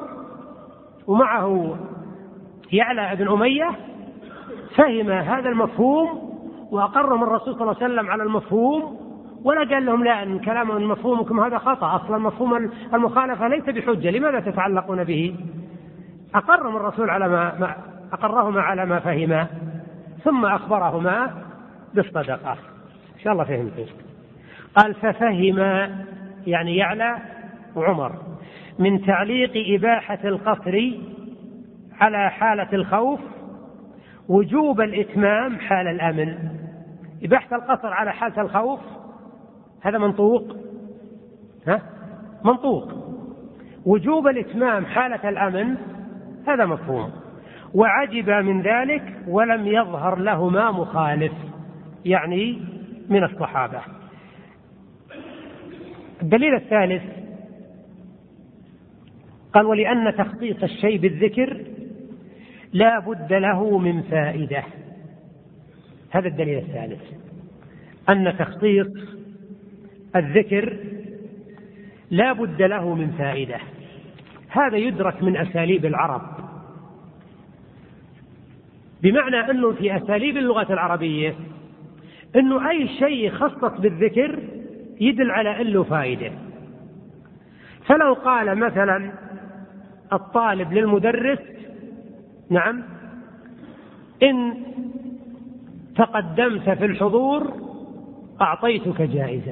ومعه يعلى بن أمية فهم هذا المفهوم وأقرهم الرسول صلى الله عليه وسلم على المفهوم، ولا قال لهم لا أن كلام مفهومكم هذا خطأ، أصلا مفهوم المخالفة ليس بحجة، لماذا تتعلقون به؟ أقرهم الرسول على ما أقرهما على ما فهما، ثم أخبرهما بالصدقة. إن شاء الله فهمتم. قال ففهم يعني يعلى وعمر من تعليق إباحة القصر على حالة الخوف وجوب الإتمام حال الأمن. إباحة القصر على حالة الخوف هذا منطوق، ها؟ منطوق. وجوب الإتمام حالة الأمن هذا مفهوم. وعجب من ذلك ولم يظهر لهما مخالف، يعني من الصحابة. الدليل الثالث قال ولأن تخصيص الشيء بالذكر لا بد له من فائدة. هذا الدليل الثالث، أن تخصيص الذكر لا بد له من فائدة. هذا يدرك من أساليب العرب، بمعنى أنه في أساليب اللغة العربية أنه أي شيء يخصص بالذكر يدل على أنه فائدة. فلو قال مثلا الطالب للمدرس نعم إن تقدمت في الحضور أعطيتك جائزة،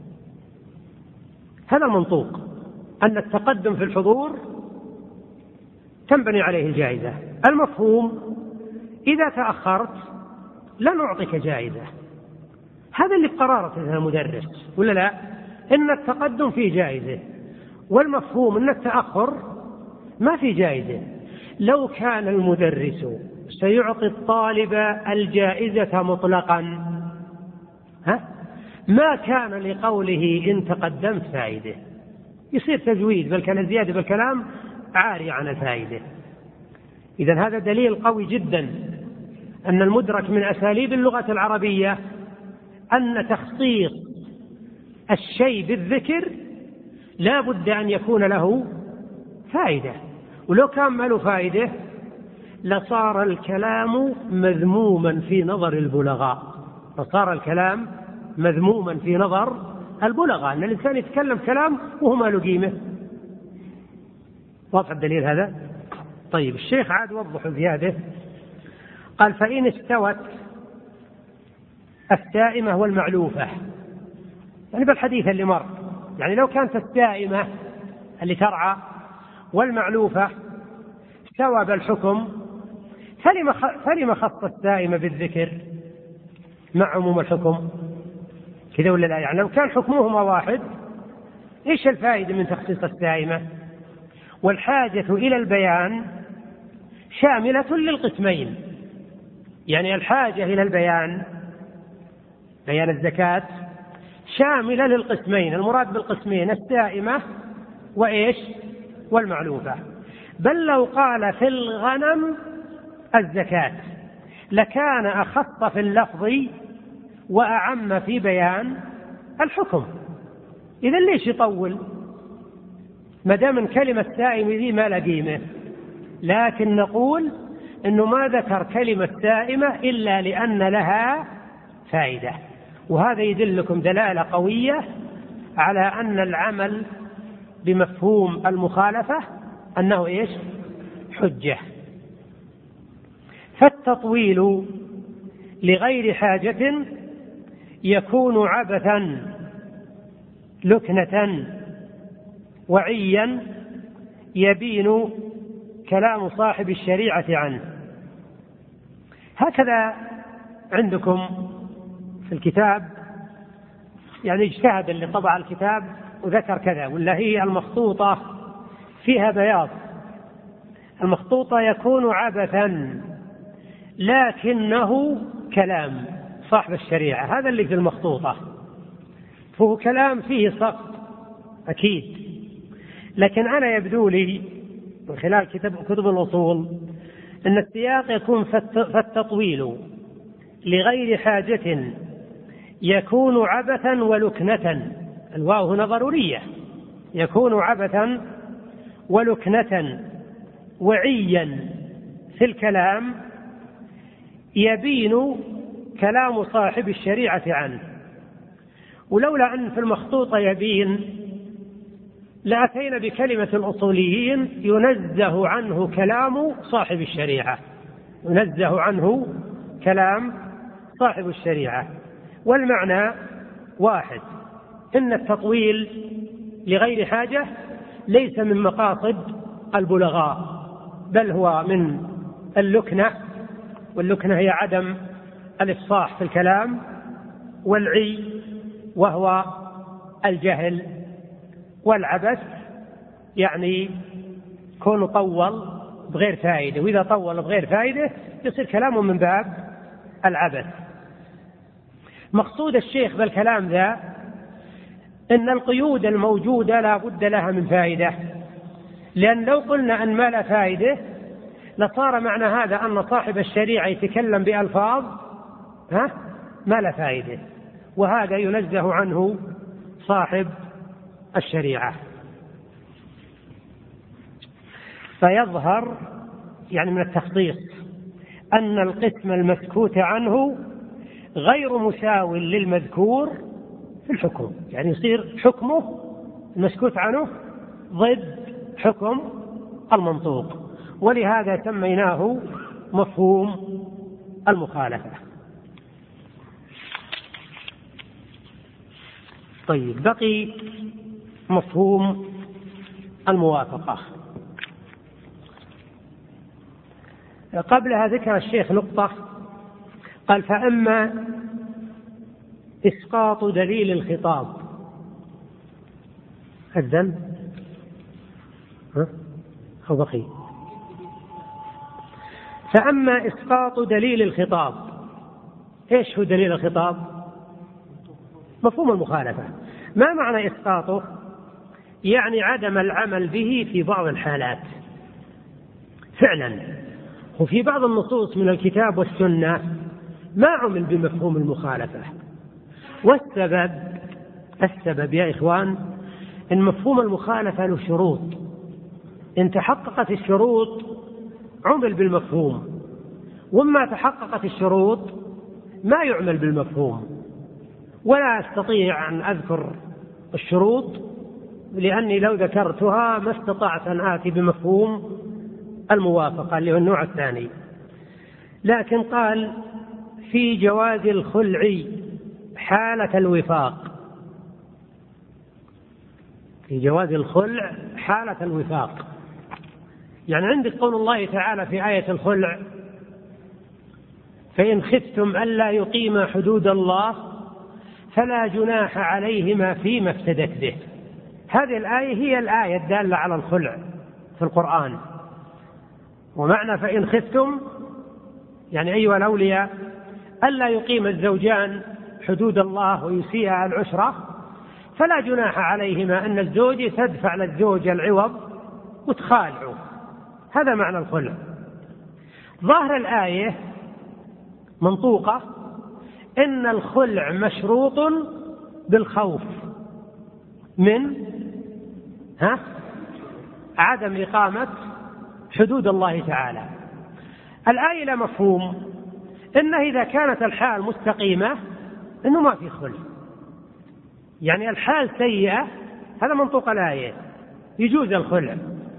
هذا المنطوق، أن التقدم في الحضور تنبني عليه الجائزة. المفهوم إذا تأخرت لن أعطيك جائزة، هذا اللي قرارة المدرس ولا لا؟ إن التقدم فيه جائزة، والمفهوم إن التأخر ما فيه جائزة. لو كان المدرس سيعطي الطالب الجائزة مطلقا ها ما كان لقوله إن تقدمت فائدة، يصير تزويد بل كان زيادة بالكلام عاري عن الفائدة. إذن هذا دليل قوي جدا أن المدرك من أساليب اللغة العربية أن تخصيص الشيء بالذكر لا بد أن يكون له فائدة، ولو كان ما له فائدة لصار الكلام مذموما في نظر البلغاء، لصار الكلام مذموما في نظر البلغاء، أن الإنسان يتكلم كلام وهو ما له قيمة. واضح الدليل هذا؟ طيب الشيخ عاد وضح زيادة، قال فإن استوت السائمة والمعلوفة، يعني بالحديث اللي مر، يعني لو كانت السائمة اللي ترعى والمعلوفة استوى بالحكم فلما خص السائمة بالذكر مع عموم الحكم كذا ولا لا؟ يعني لو كان حكمهما واحد إيش الفائدة من تخصيص السائمة؟ والحاجة إلى البيان شاملة للقسمين، يعني الحاجة إلى البيان، بيان الزكاة، شاملة للقسمين، المراد بالقسمين السائمة وإيش؟ والمعلوفة. بل لو قال في الغنم الزكاة لكان أخص في اللفظ وأعم في بيان الحكم. إذا ليش يطول ما دام من كلمة سائم ذي ما لا قيمة؟ لكن نقول إنه ما ذكر كلمة سائمة إلا لأن لها فائدة، وهذا يدلكم دلالة قوية على أن العمل بمفهوم المخالفة أنه إيش؟ حجة. فالتطويل لغير حاجة يكون عبثا لكنة وعيا يبين كلام صاحب الشريعة عنه. هكذا عندكم في الكتاب، يعني اجتهد اللي طبع الكتاب وذكر كذا، ولا هي المخطوطة فيها بياض، المخطوطة يكون عبثا لكنه كلام صاحب الشريعة، هذا اللي في المخطوطة، فهو كلام فيه سقط أكيد. لكن أنا يبدو لي من خلال كتب, كتب الأصول أن السياق يكون فالتطويل لغير حاجة يكون عبثا ولكنة، الواو هنا ضرورية، يكون عبثا ولكنة وعيا في الكلام يبين كلام صاحب الشريعة عنه. ولولا أن في المخطوطة يبين لأتينا بكلمة الأصوليين ينزه عنه كلام صاحب الشريعة، ينزه عنه كلام صاحب الشريعة. والمعنى واحد، إن التطويل لغير حاجة ليس من مقاصد البلغاء، بل هو من اللكنة، واللكنة هي عدم الإفصاح في الكلام، والعي وهو الجهل، والعبث يعني كونه طول بغير فائدة، وإذا طول بغير فائدة يصير كلامه من باب العبث. مقصود الشيخ بالكلام ذا إن القيود الموجودة لا بد لها من فائدة، لأن لو قلنا أن ما لا فائدة لصار معنى هذا أن صاحب الشريعة يتكلم بألفاظ ها ما لا فائدة، وهذا ينزه عنه صاحب الشريعة. فيظهر يعني من التخصيص أن القسم المسكوت عنه غير مساو للمذكور في الحكم، يعني يصير حكمه المسكوت عنه ضد حكم المنطوق، ولهذا سميناه مفهوم المخالفة. طيب، بقي مفهوم الموافقة. قبلها ذكر الشيخ نقطة، قال فأما إسقاط دليل الخطاب الذنب ها أو بقي فأما إسقاط دليل الخطاب، إيش هو دليل الخطاب؟ مفهوم المخالفة. ما معنى إسقاطه؟ يعني عدم العمل به في بعض الحالات فعلا، وفي بعض النصوص من الكتاب والسنة ما عمل بمفهوم المخالفة. والسبب السبب يا إخوان إن مفهوم المخالفة له شروط، إن تحققت الشروط عمل بالمفهوم، وما تحققت الشروط ما يعمل بالمفهوم. ولا أستطيع أن أذكر الشروط لأني لو ذكرتها ما استطعت أن آتي بمفهوم الموافقة اللي هو النوع الثاني. لكن قال في جواز الخلع حالة الوفاق، في جواز الخلع حالة الوفاق. يعني عندك قول الله تعالى في آية الخلع: فإن خفتم ألا يقيما حدود الله فلا جناح عليهما فيما افتدت به. هذه الآية هي الآية الدالة على الخلع في القرآن. ومعنى فإن خفتم يعني أيها الأولياء ألا يقيم الزوجان حدود الله ويسيء العشرة فلا جناح عليهما أن الزوج تدفع للزوج العوض وتخالعوا. هذا معنى الخلع. ظاهر الآية منطوقة إن الخلع مشروط بالخوف من ها عدم إقامة حدود الله تعالى. الآية لا مفهوم إنه إذا كانت الحال مستقيمة إنه ما في خلع، يعني الحال سيئة، هذا منطوق الآية يجوز الخلع.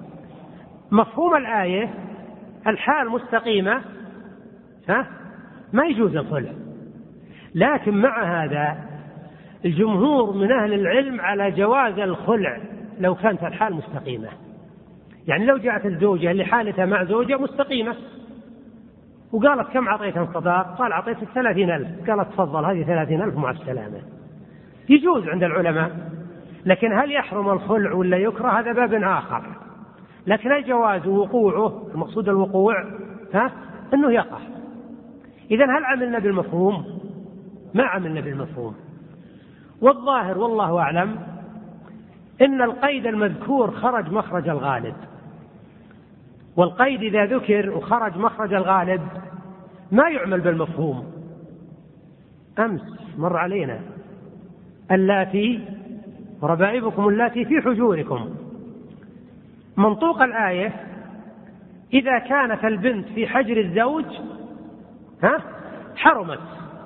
مفهوم الآية الحال مستقيمة ها ما يجوز الخلع. لكن مع هذا الجمهور من أهل العلم على جواز الخلع لو كانت الحال مستقيمة. يعني لو جاءت الزوجة اللي حالتها مع زوجة مستقيمة وقالت كم عطيتها الصداق؟ قال عطيتك ثلاثين ألف. قالت تفضل هذه ثلاثين ألف مع السلامة. يجوز عند العلماء. لكن هل يحرم الخلع ولا يكره؟ هذا باب آخر. لكن الجواز وقوعه المقصود الوقوع ها أنه يقع. إذن هل عملنا بالمفهوم؟ ما عملنا بالمفهوم. والظاهر والله أعلم إن القيد المذكور خرج مخرج الغالب، والقيد إذا ذكر وخرج مخرج الغالب ما يعمل بالمفهوم. أمس مر علينا اللاتي وربائبكم اللاتي في حجوركم. منطوق الآية إذا كانت البنت في حجر الزوج ها حرمت.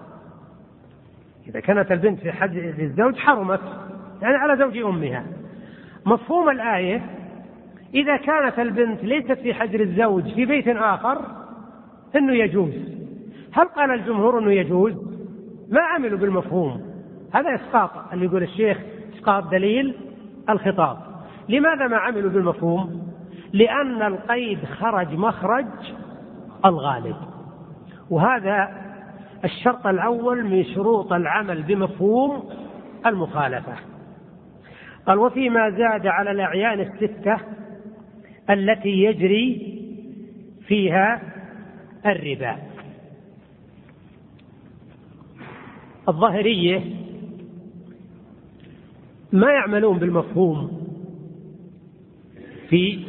إذا كانت البنت في حجر الزوج حرمت، يعني على زوج أمها. مفهوم الآية إذا كانت البنت ليست في حجر الزوج في بيت آخر إنه يجوز. هل قال الجمهور إنه يجوز؟ ما عملوا بالمفهوم. هذا إسقاط اللي يقول الشيخ إسقاط دليل الخطاب. لماذا ما عملوا بالمفهوم؟ لأن القيد خرج مخرج الغالب، وهذا الشرط الأول من شروط العمل بمفهوم المخالفة. قال وفيما زاد على الأعيان الستة التي يجري فيها الربا. الظاهرية ما يعملون بالمفهوم في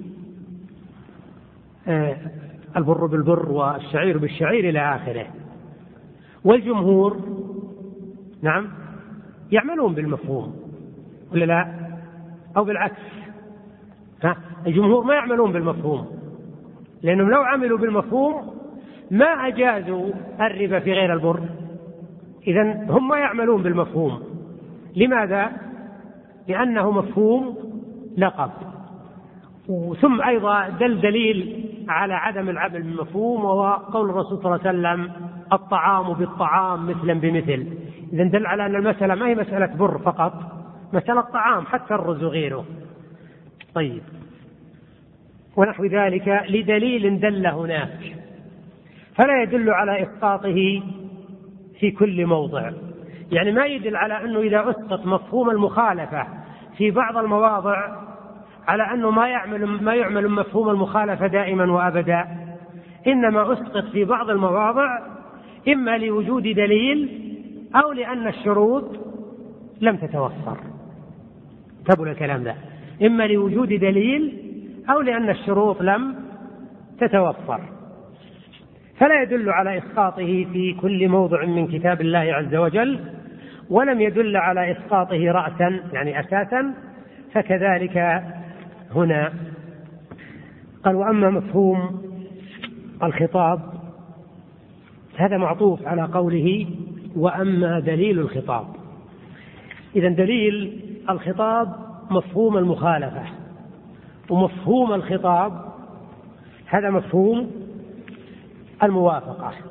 البر بالبر والشعير بالشعير إلى آخره. والجمهور نعم يعملون بالمفهوم ولا لا؟ أو بالعكس؟ ها الجمهور ما يعملون بالمفهوم، لأنهم لو عملوا بالمفهوم ما أجازوا الربا في غير البر. إذن هم ما يعملون بالمفهوم. لماذا؟ لأنه مفهوم لقب. ثم أيضا دل دليل على عدم العمل بالمفهوم وهو قول الرسول صلى الله عليه وسلم الطعام بالطعام مثلا بمثل. إذن دل على أن المسألة ما هي مسألة بر فقط، مسألة طعام حتى الرز وغيره. طيب ونحو ذلك لدليل دل هناك، فلا يدل على إسقاطه في كل موضع. يعني ما يدل على أنه إذا أسقط مفهوم المخالفة في بعض المواضع على أنه ما يعمل ما يعمل مفهوم المخالفة دائما وأبدا، إنما أسقط في بعض المواضع إما لوجود دليل أو لأن الشروط لم تتوفر. تبول الكلام ده إما لوجود دليل أو لأن الشروط لم تتوفر، فلا يدل على إسقاطه في كل موضع من كتاب الله عز وجل، ولم يدل على إسقاطه رأسا يعني أساسا. فكذلك هنا قال وأما مفهوم الخطاب هذا معطوف على قوله وأما دليل الخطاب. إذن دليل الخطاب مفهوم المخالفة ومفهوم الخطاب، هذا مفهوم الموافقة.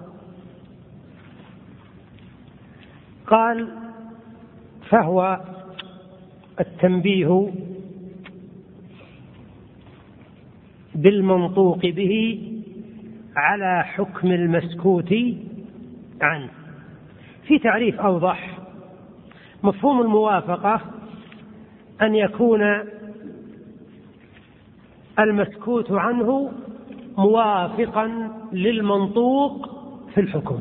قال فهو التنبيه بالمنطوق به على حكم المسكوت عنه. في تعريف أوضح: مفهوم الموافقة أن يكون المسكوت عنه موافقا للمنطوق في الحكم،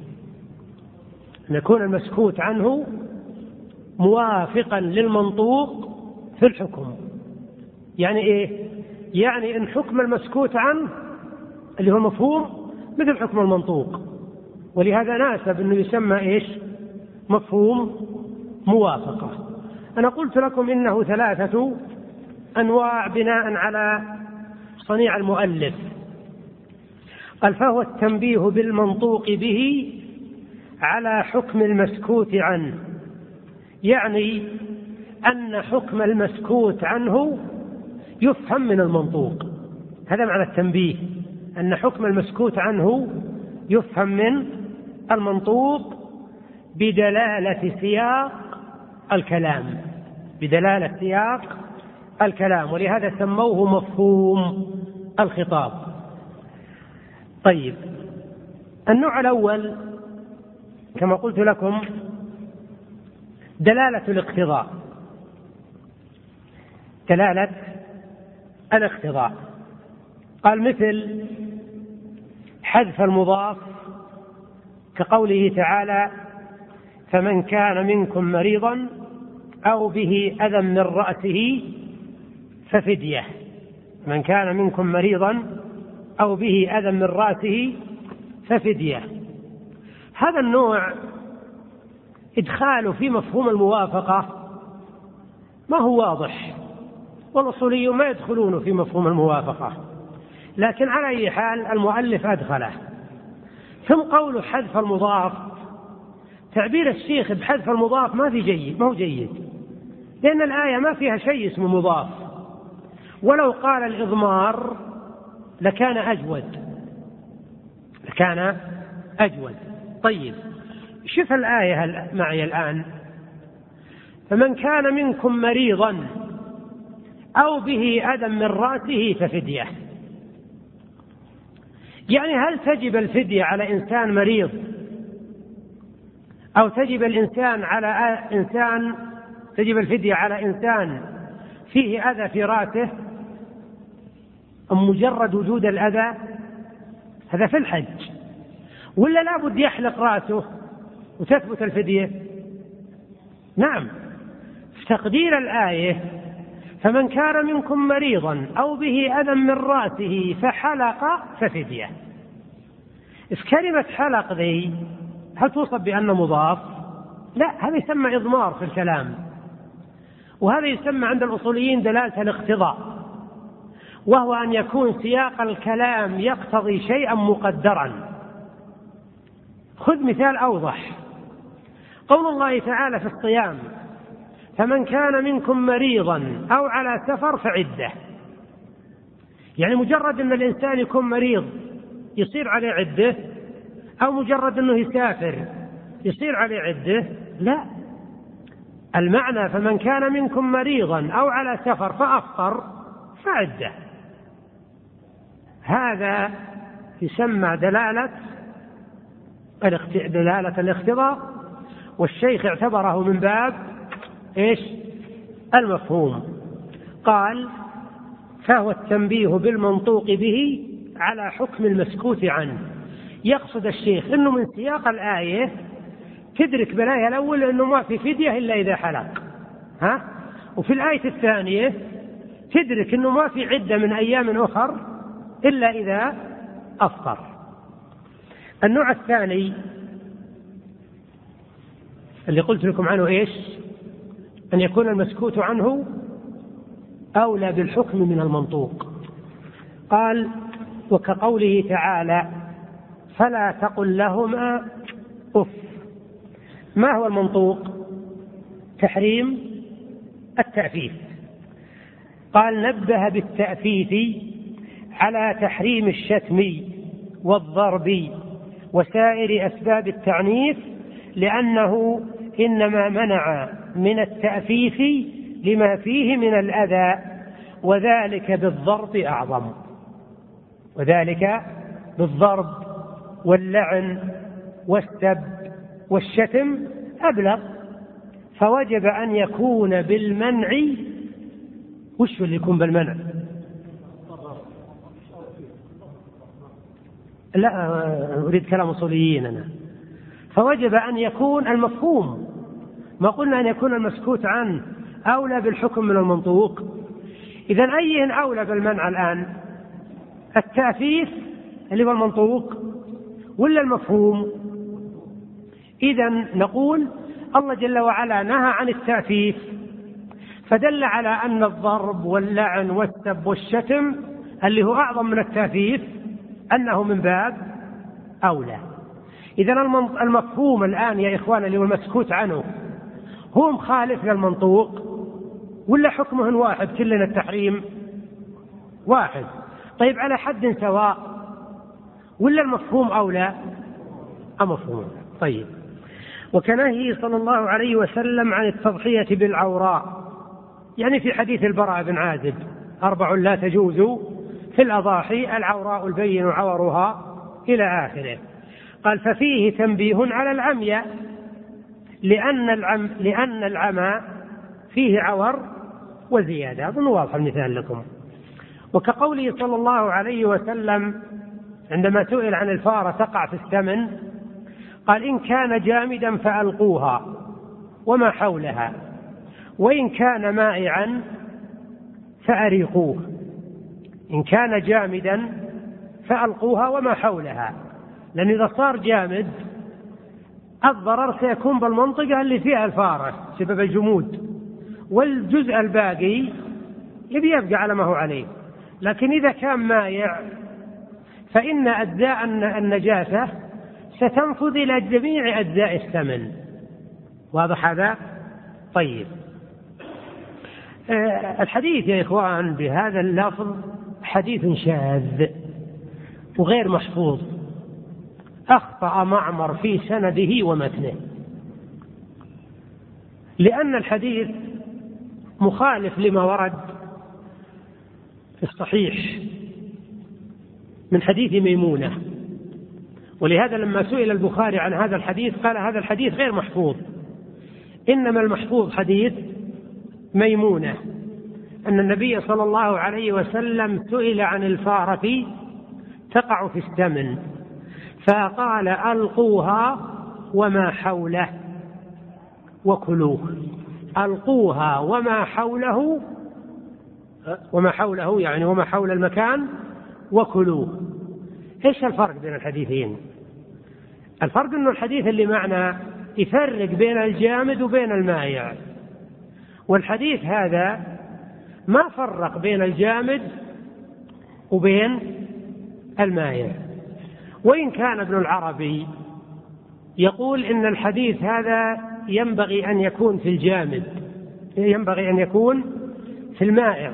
أن يكون المسكوت عنه موافقا للمنطوق في الحكم. يعني إيه؟ يعني إن حكم المسكوت عنه اللي هو مفهوم مثل حكم المنطوق، ولهذا ناسب أنه يسمى إيش؟ مفهوم موافقة. أنا قلت لكم إنه ثلاثة أنواع بناء على صنيع المؤلف. قال فهو التنبيه بالمنطوق به على حكم المسكوت عنه، يعني أن حكم المسكوت عنه يفهم من المنطوق. هذا معنى التنبيه، أن حكم المسكوت عنه يفهم من المنطوق بدلالة سياق الكلام، بدلالة سياق الكلام، ولهذا سموه مفهوم الخطاب. طيب، النوع الأول كما قلت لكم دلالة الاقتضاء، دلالة الاقتضاء. قال مثل حذف المضاف كقوله تعالى: فمن كان منكم مريضا أو به أذى من رأسه ففدية. من كان منكم مريضا أو به أذى من رأسه ففدية. هذا النوع إدخاله في مفهوم الموافقة ما هو واضح، والأصولي ما يدخلون في مفهوم الموافقة، لكن على أي حال المؤلف أدخله. ثم قوله حذف المضاف، تعبير الشيخ بحذف المضاف ما في جيد، ما هو جيد، لأن الآية ما فيها شيء اسمه مضاف، ولو قال الإضمار لكان أجود، لكان أجود. طيب، شوف الآية معي الآن: فمن كان منكم مريضا أو به أذى من رأسه ففدية. يعني هل تجب الفدية على إنسان مريض، أو تجب الإنسان على إنسان تجب الفدية على إنسان فيه أذى في رأسه، أم مجرد وجود الأذى؟ هذا في الحج، ولا لابد يحلق رأسه وتثبت الفدية؟ نعم، في تقدير الآية فمن كان منكم مريضا أو به أذى من رأسه فحلق ففدية. إذ كلمة حلق ذي هل توصف بأنه مضاف؟ لا، هذا يسمى إضمار في الكلام، وهذا يسمى عند الأصوليين دلالة الاقتضاء، وهو أن يكون سياق الكلام يقتضي شيئا مقدرا. خذ مثال أوضح: قول الله تعالى في الصيام: فمن كان منكم مريضا أو على سفر فعدة. يعني مجرد أن الإنسان يكون مريض يصير عليه عدة، أو مجرد أنه يسافر يصير عليه عدة؟ لا، المعنى فمن كان منكم مريضا أو على سفر فأفطر فعدة. هذا يسمى دلالة دلالة الاقتضاء، والشيخ اعتبره من باب إيش؟ المفهوم. قال فهو التنبيه بالمنطوق به على حكم المسكوت عنه. يقصد الشيخ أنه من سياق الآية تدرك بالآية الأول أنه ما في فدية إلا إذا حلق، ها؟ وفي الآية الثانية تدرك أنه ما في عدة من أيام أخر إلا إذا أفطر. النوع الثاني اللي قلت لكم عنه إيش؟ أن يكون المسكوت عنه أولى بالحكم من المنطوق. قال وكقوله تعالى: فلا تقل لهما أف. ما هو المنطوق؟ تحريم التأفيف، قال نبه بالتأفيف على تحريم الشتم والضرب وسائر أسباب التعنيف، لأنه إنما منع من التأفيف لما فيه من الأذى، وذلك بالضرب أعظم، وذلك بالضرب واللعن والسب والشتم أبلغ، فوجب أن يكون بالمنع. وش اللي يكون بالمنع؟ لا أريد كلام أصوليين أنا. فوجب أن يكون المفهوم، ما قلنا أن يكون المسكوت عنه أولى بالحكم من المنطوق. إذن أيهن أولى بالمنع الآن؟ التأفيف اللي هو المنطوق ولا المفهوم؟ إذن نقول الله جل وعلا نهى عن التأفيف، فدل على أن الضرب واللعن والسب والشتم اللي هو أعظم من التأفيف أنه من باب أولى. إذن المفهوم الآن يا إخوان اللي هو المسكوت عنه هو مخالف للمنطوق ولا حكمه واحد؟ كلنا التحريم واحد. طيب على حد سواء ولا المفهوم أولى؟ أمفهوم. طيب. وكنهي صلى الله عليه وسلم عن التضحية بالعوراء، يعني في حديث البراء بن عازب أربع لا تجوز في الأضاحي: العوراء البين عورها إلى آخره. قال ففيه تنبيه على العمي، لأن العم لأن العمى فيه عور وزيادة. أظن واضح المثال لكم. وكقوله صلى الله عليه وسلم عندما سئل عن الفارة تقع في السمن قال: إن كان جامدا فألقوها وما حولها، وإن كان مائعا فأريقوه. إن كان جامدا فألقوها وما حولها، لأن إذا صار جامد الضرر سيكون بالمنطقة اللي فيها الفارة بسبب الجمود، والجزء الباقي يبي يبقى على ما هو عليه. لكن إذا كان مائع فإن أجزاء النجاسة ستنفذ إلى جميع أجزاء الثمن. واضح هذا؟ طيب. الحديث يا إخوان بهذا اللفظ حديث شاذ وغير محفوظ، أخطأ معمر في سنده ومتنه، لأن الحديث مخالف لما ورد في الصحيح من حديث ميمونة. ولهذا لما سئل البخاري عن هذا الحديث قال: هذا الحديث غير محفوظ، إنما المحفوظ حديث ميمونة أن النبي صلى الله عليه وسلم سئل عن الفارة تقع في السمن فقال: ألقوها وما حوله وكلوه. ألقوها وما حوله، وما حوله يعني وما حول المكان، وكلوه. إيش الفرق بين الحديثين؟ الفرق أنه الحديث اللي معنا يفرق بين الجامد وبين المائع، والحديث هذا ما فرق بين الجامد وبين المائع. وإن كان ابن العربي يقول إن الحديث هذا ينبغي أن يكون في الجامد، ينبغي أن يكون في المائع،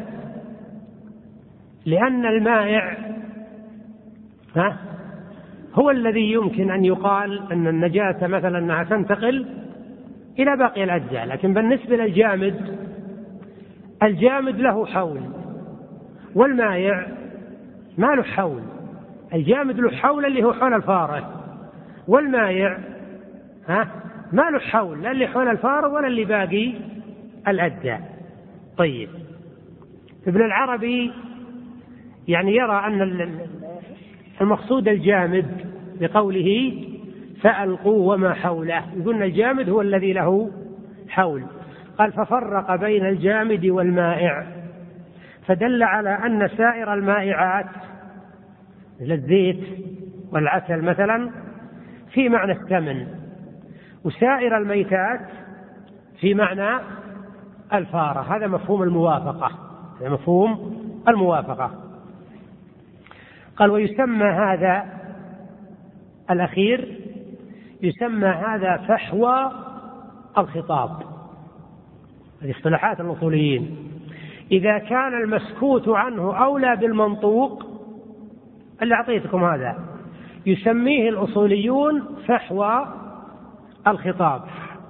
لأن المائع ها هو الذي يمكن أن يقال أن النجاسة مثلا أنها تنتقل إلى باقي الأجزاء. لكن بالنسبة للجامد، الجامد له حول والمائع ما له حول. الجامد له حول اللي هو حول الفارة، والمائع ها ما له حول لا اللي حول الفارة ولا اللي باقي الأجزاء. طيب. ابن العربي يعني يرى أن المقصود الجامد بقوله فألقوا وما حوله، يقولون الجامد هو الذي له حول. قال: ففرق بين الجامد والمائع، فدل على أن سائر المائعات مثل الزيت والعسل مثلا في معنى الثمن، وسائر الميتات في معنى الفارة. هذا مفهوم الموافقة، هذا مفهوم الموافقة. قال: ويسمى هذا الأخير يسمى هذا فحوى الخطاب، هذه اصطلاحات الأصوليين. إذا كان المسكوت عنه أولى بالمنطوق، اللي أعطيتكم هذا يسميه الأصوليون فحوى الخطاب.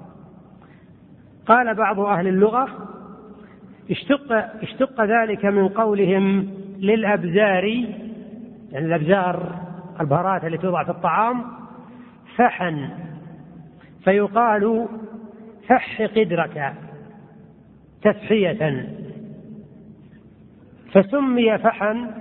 قال بعض أهل اللغة اشتق, اشتق ذلك من قولهم للأبزار، يعني الأبزار البهارات التي توضع في الطعام، فحا، فيقال فح قدرك تفحية، فسمي فحا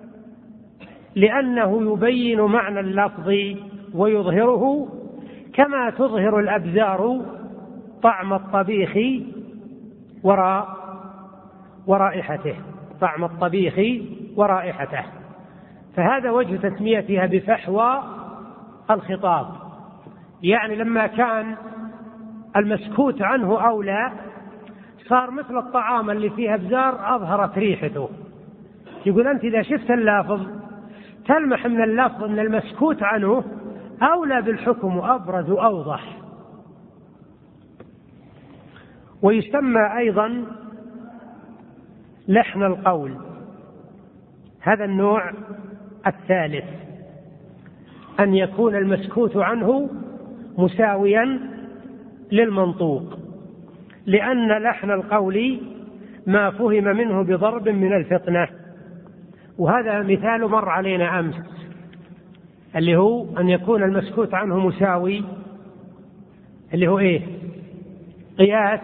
لأنه يبين معنى اللفظ ويظهره، كما تظهر الأبزار طعم الطبيخ وراء ورائحته طعم الطبيخ ورائحته. فهذا وجه تسميتها بفحوى الخطاب، يعني لما كان المسكوت عنه أولى صار مثل الطعام اللي فيه أبزار أظهرت ريحته. يقول أنت إذا شفت اللافظ تلمح من اللفظ أن المسكوت عنه أولى بالحكم وأبرز وأوضح. ويسمى أيضا لحن القول، هذا النوع الثالث، أن يكون المسكوت عنه مساويا للمنطوق، لأن لحن القول ما فهم منه بضرب من الفطنة. وهذا مثال مر علينا أمس، اللي هو أن يكون المسكوت عنه مساوي، اللي هو إيه؟ قياس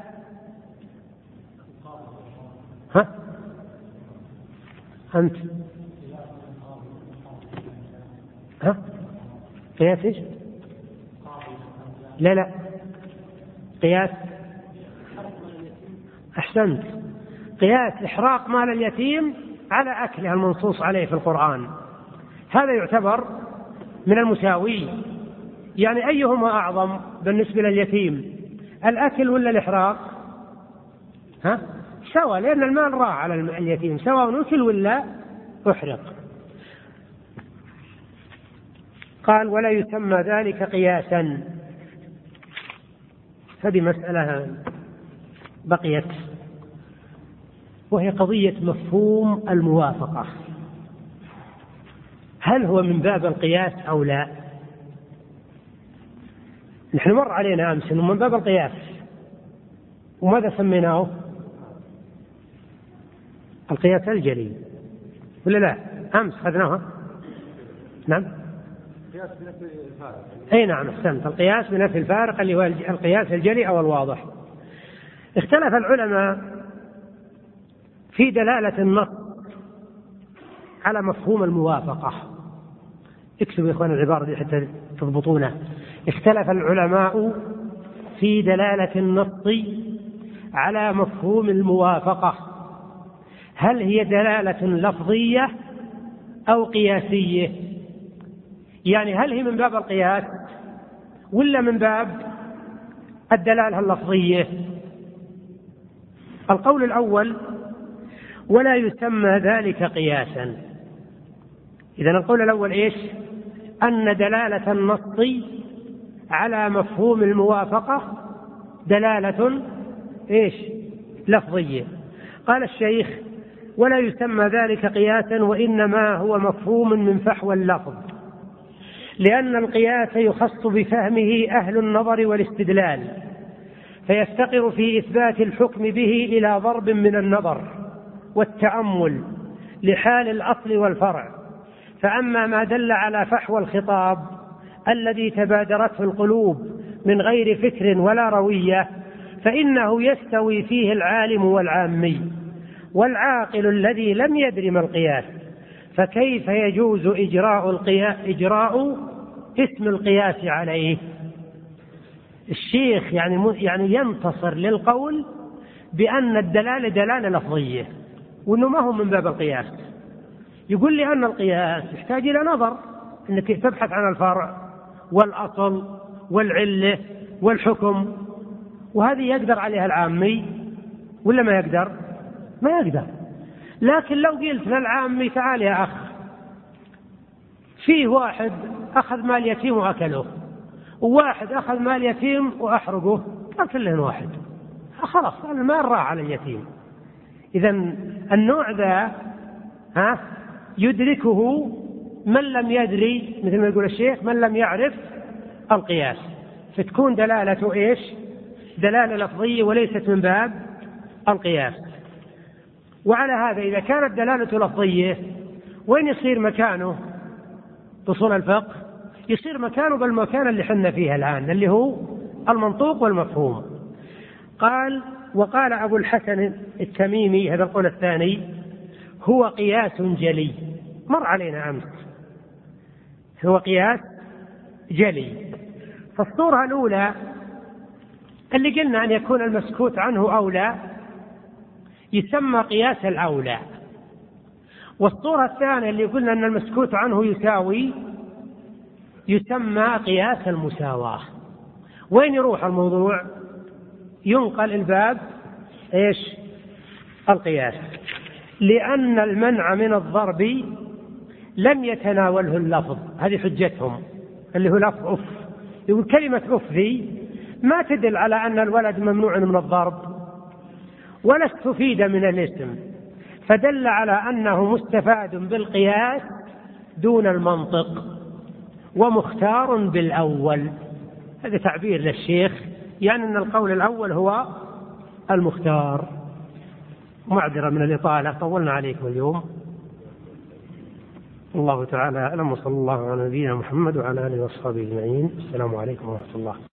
ها؟ أنت ها؟ قياس إيش؟ لا لا قياس، أحسنت، قياس إحراق مال اليتيم على أكله المنصوص عليه في القرآن، هذا يعتبر من المساوي. يعني أيهما أعظم بالنسبة لليتيم، الأكل ولا الإحراق؟ ها؟ سواء، لأن المال راح على اليتيم سواء أكل ولا أحرق. قال ولا يسمى ذلك قياسا. هذه مسألة بقيت، وهي قضية مفهوم الموافقة، هل هو من باب القياس أو لا؟ نحن مر علينا أمس أنه من باب القياس، وماذا سميناه؟ القياس الجلي ولا لا؟ أمس خذناها. نعم أي نعم أحسنت، القياس بنفي الفارق اللي هو القياس الجلي أو الواضح. اختلف العلماء في دلالة النص على مفهوم الموافقة. اكتبوا يا إخوان العبارة دي حتى تضبطونها. اختلف العلماء في دلالة النص على مفهوم الموافقة، هل هي دلالة لفظية أو قياسية؟ يعني هل هي من باب القياس ولا من باب الدلالة اللفظية؟ القول الأول ولا يسمى ذلك قياسا. إذن القول الأول إيش؟ أن دلالة النص على مفهوم الموافقة دلالة إيش؟ لفظية. قال الشيخ ولا يسمى ذلك قياسا، وإنما هو مفهوم من فحوى اللفظ، لأن القياس يخص بفهمه أهل النظر والاستدلال، فيفتقر في إثبات الحكم به إلى ضرب من النظر والتأمل لحال الأصل والفرع. فأما ما دل على فحوى الخطاب الذي تبادرته القلوب من غير فكر ولا روية، فإنه يستوي فيه العالم والعامي والعاقل الذي لم يدر ما القياس، فكيف يجوز إجراء, القياس إجراء اسم القياس عليه؟ الشيخ يعني يعني ينتصر للقول بأن الدلالة دلالة لفظية وأنه ما هو من باب القياس. يقول لي أن القياس يحتاج إلى نظر، أنك تبحث عن الفرع والأصل والعلة والحكم، وهذه يقدر عليها العامي ولا ما يقدر؟ ما يقدر. لكن لو قلت للعامي تعال يا أخ، فيه واحد أخذ مال يتيم وأكله، وواحد أخذ مال يتيم وأحرقه، قال كلهن واحد، خلاص المال راح على اليتيم. إذن النوع ذا ها يدركه من لم يدري، مثل ما يقول الشيخ من لم يعرف القياس، فتكون دلالة إيش؟ دلالة لفظية وليست من باب القياس. وعلى هذا إذا كانت دلالة لفظية وين يصير مكانه بأصول الفقه؟ يصير مكانه بالمكان اللي حنا فيه الآن اللي هو المنطوق والمفهوم. قال وقال أبو الحسن التميمي، هذا القول الثاني، هو قياس جلي، مر علينا أمس، هو قياس جلي. فالصورة الأولى اللي قلنا أن يكون المسكوت عنه أولى يسمى قياس الأولى، والصورة الثانية اللي قلنا أن المسكوت عنه يساوي يسمى قياس المساواة. وين يروح الموضوع؟ ينقل الباب إيش؟ القياس، لأن المنع من الضرب لم يتناوله اللفظ. هذه حجتهم اللي هو لفظ أف، يقول كلمة أف ذي ما تدل على أن الولد ممنوع من الضرب ولا استفيد من الاسم، فدل على أنه مستفاد بالقياس دون المنطق ومختار بالأول. هذا تعبير للشيخ، يعني أن القول الأول هو المختار. معذرة من الإطالة، طولنا عليكم اليوم. الله تعالى أعلم، وصلى الله على نبينا محمد وعلى آله وصحبه أجمعين. السلام عليكم ورحمة الله.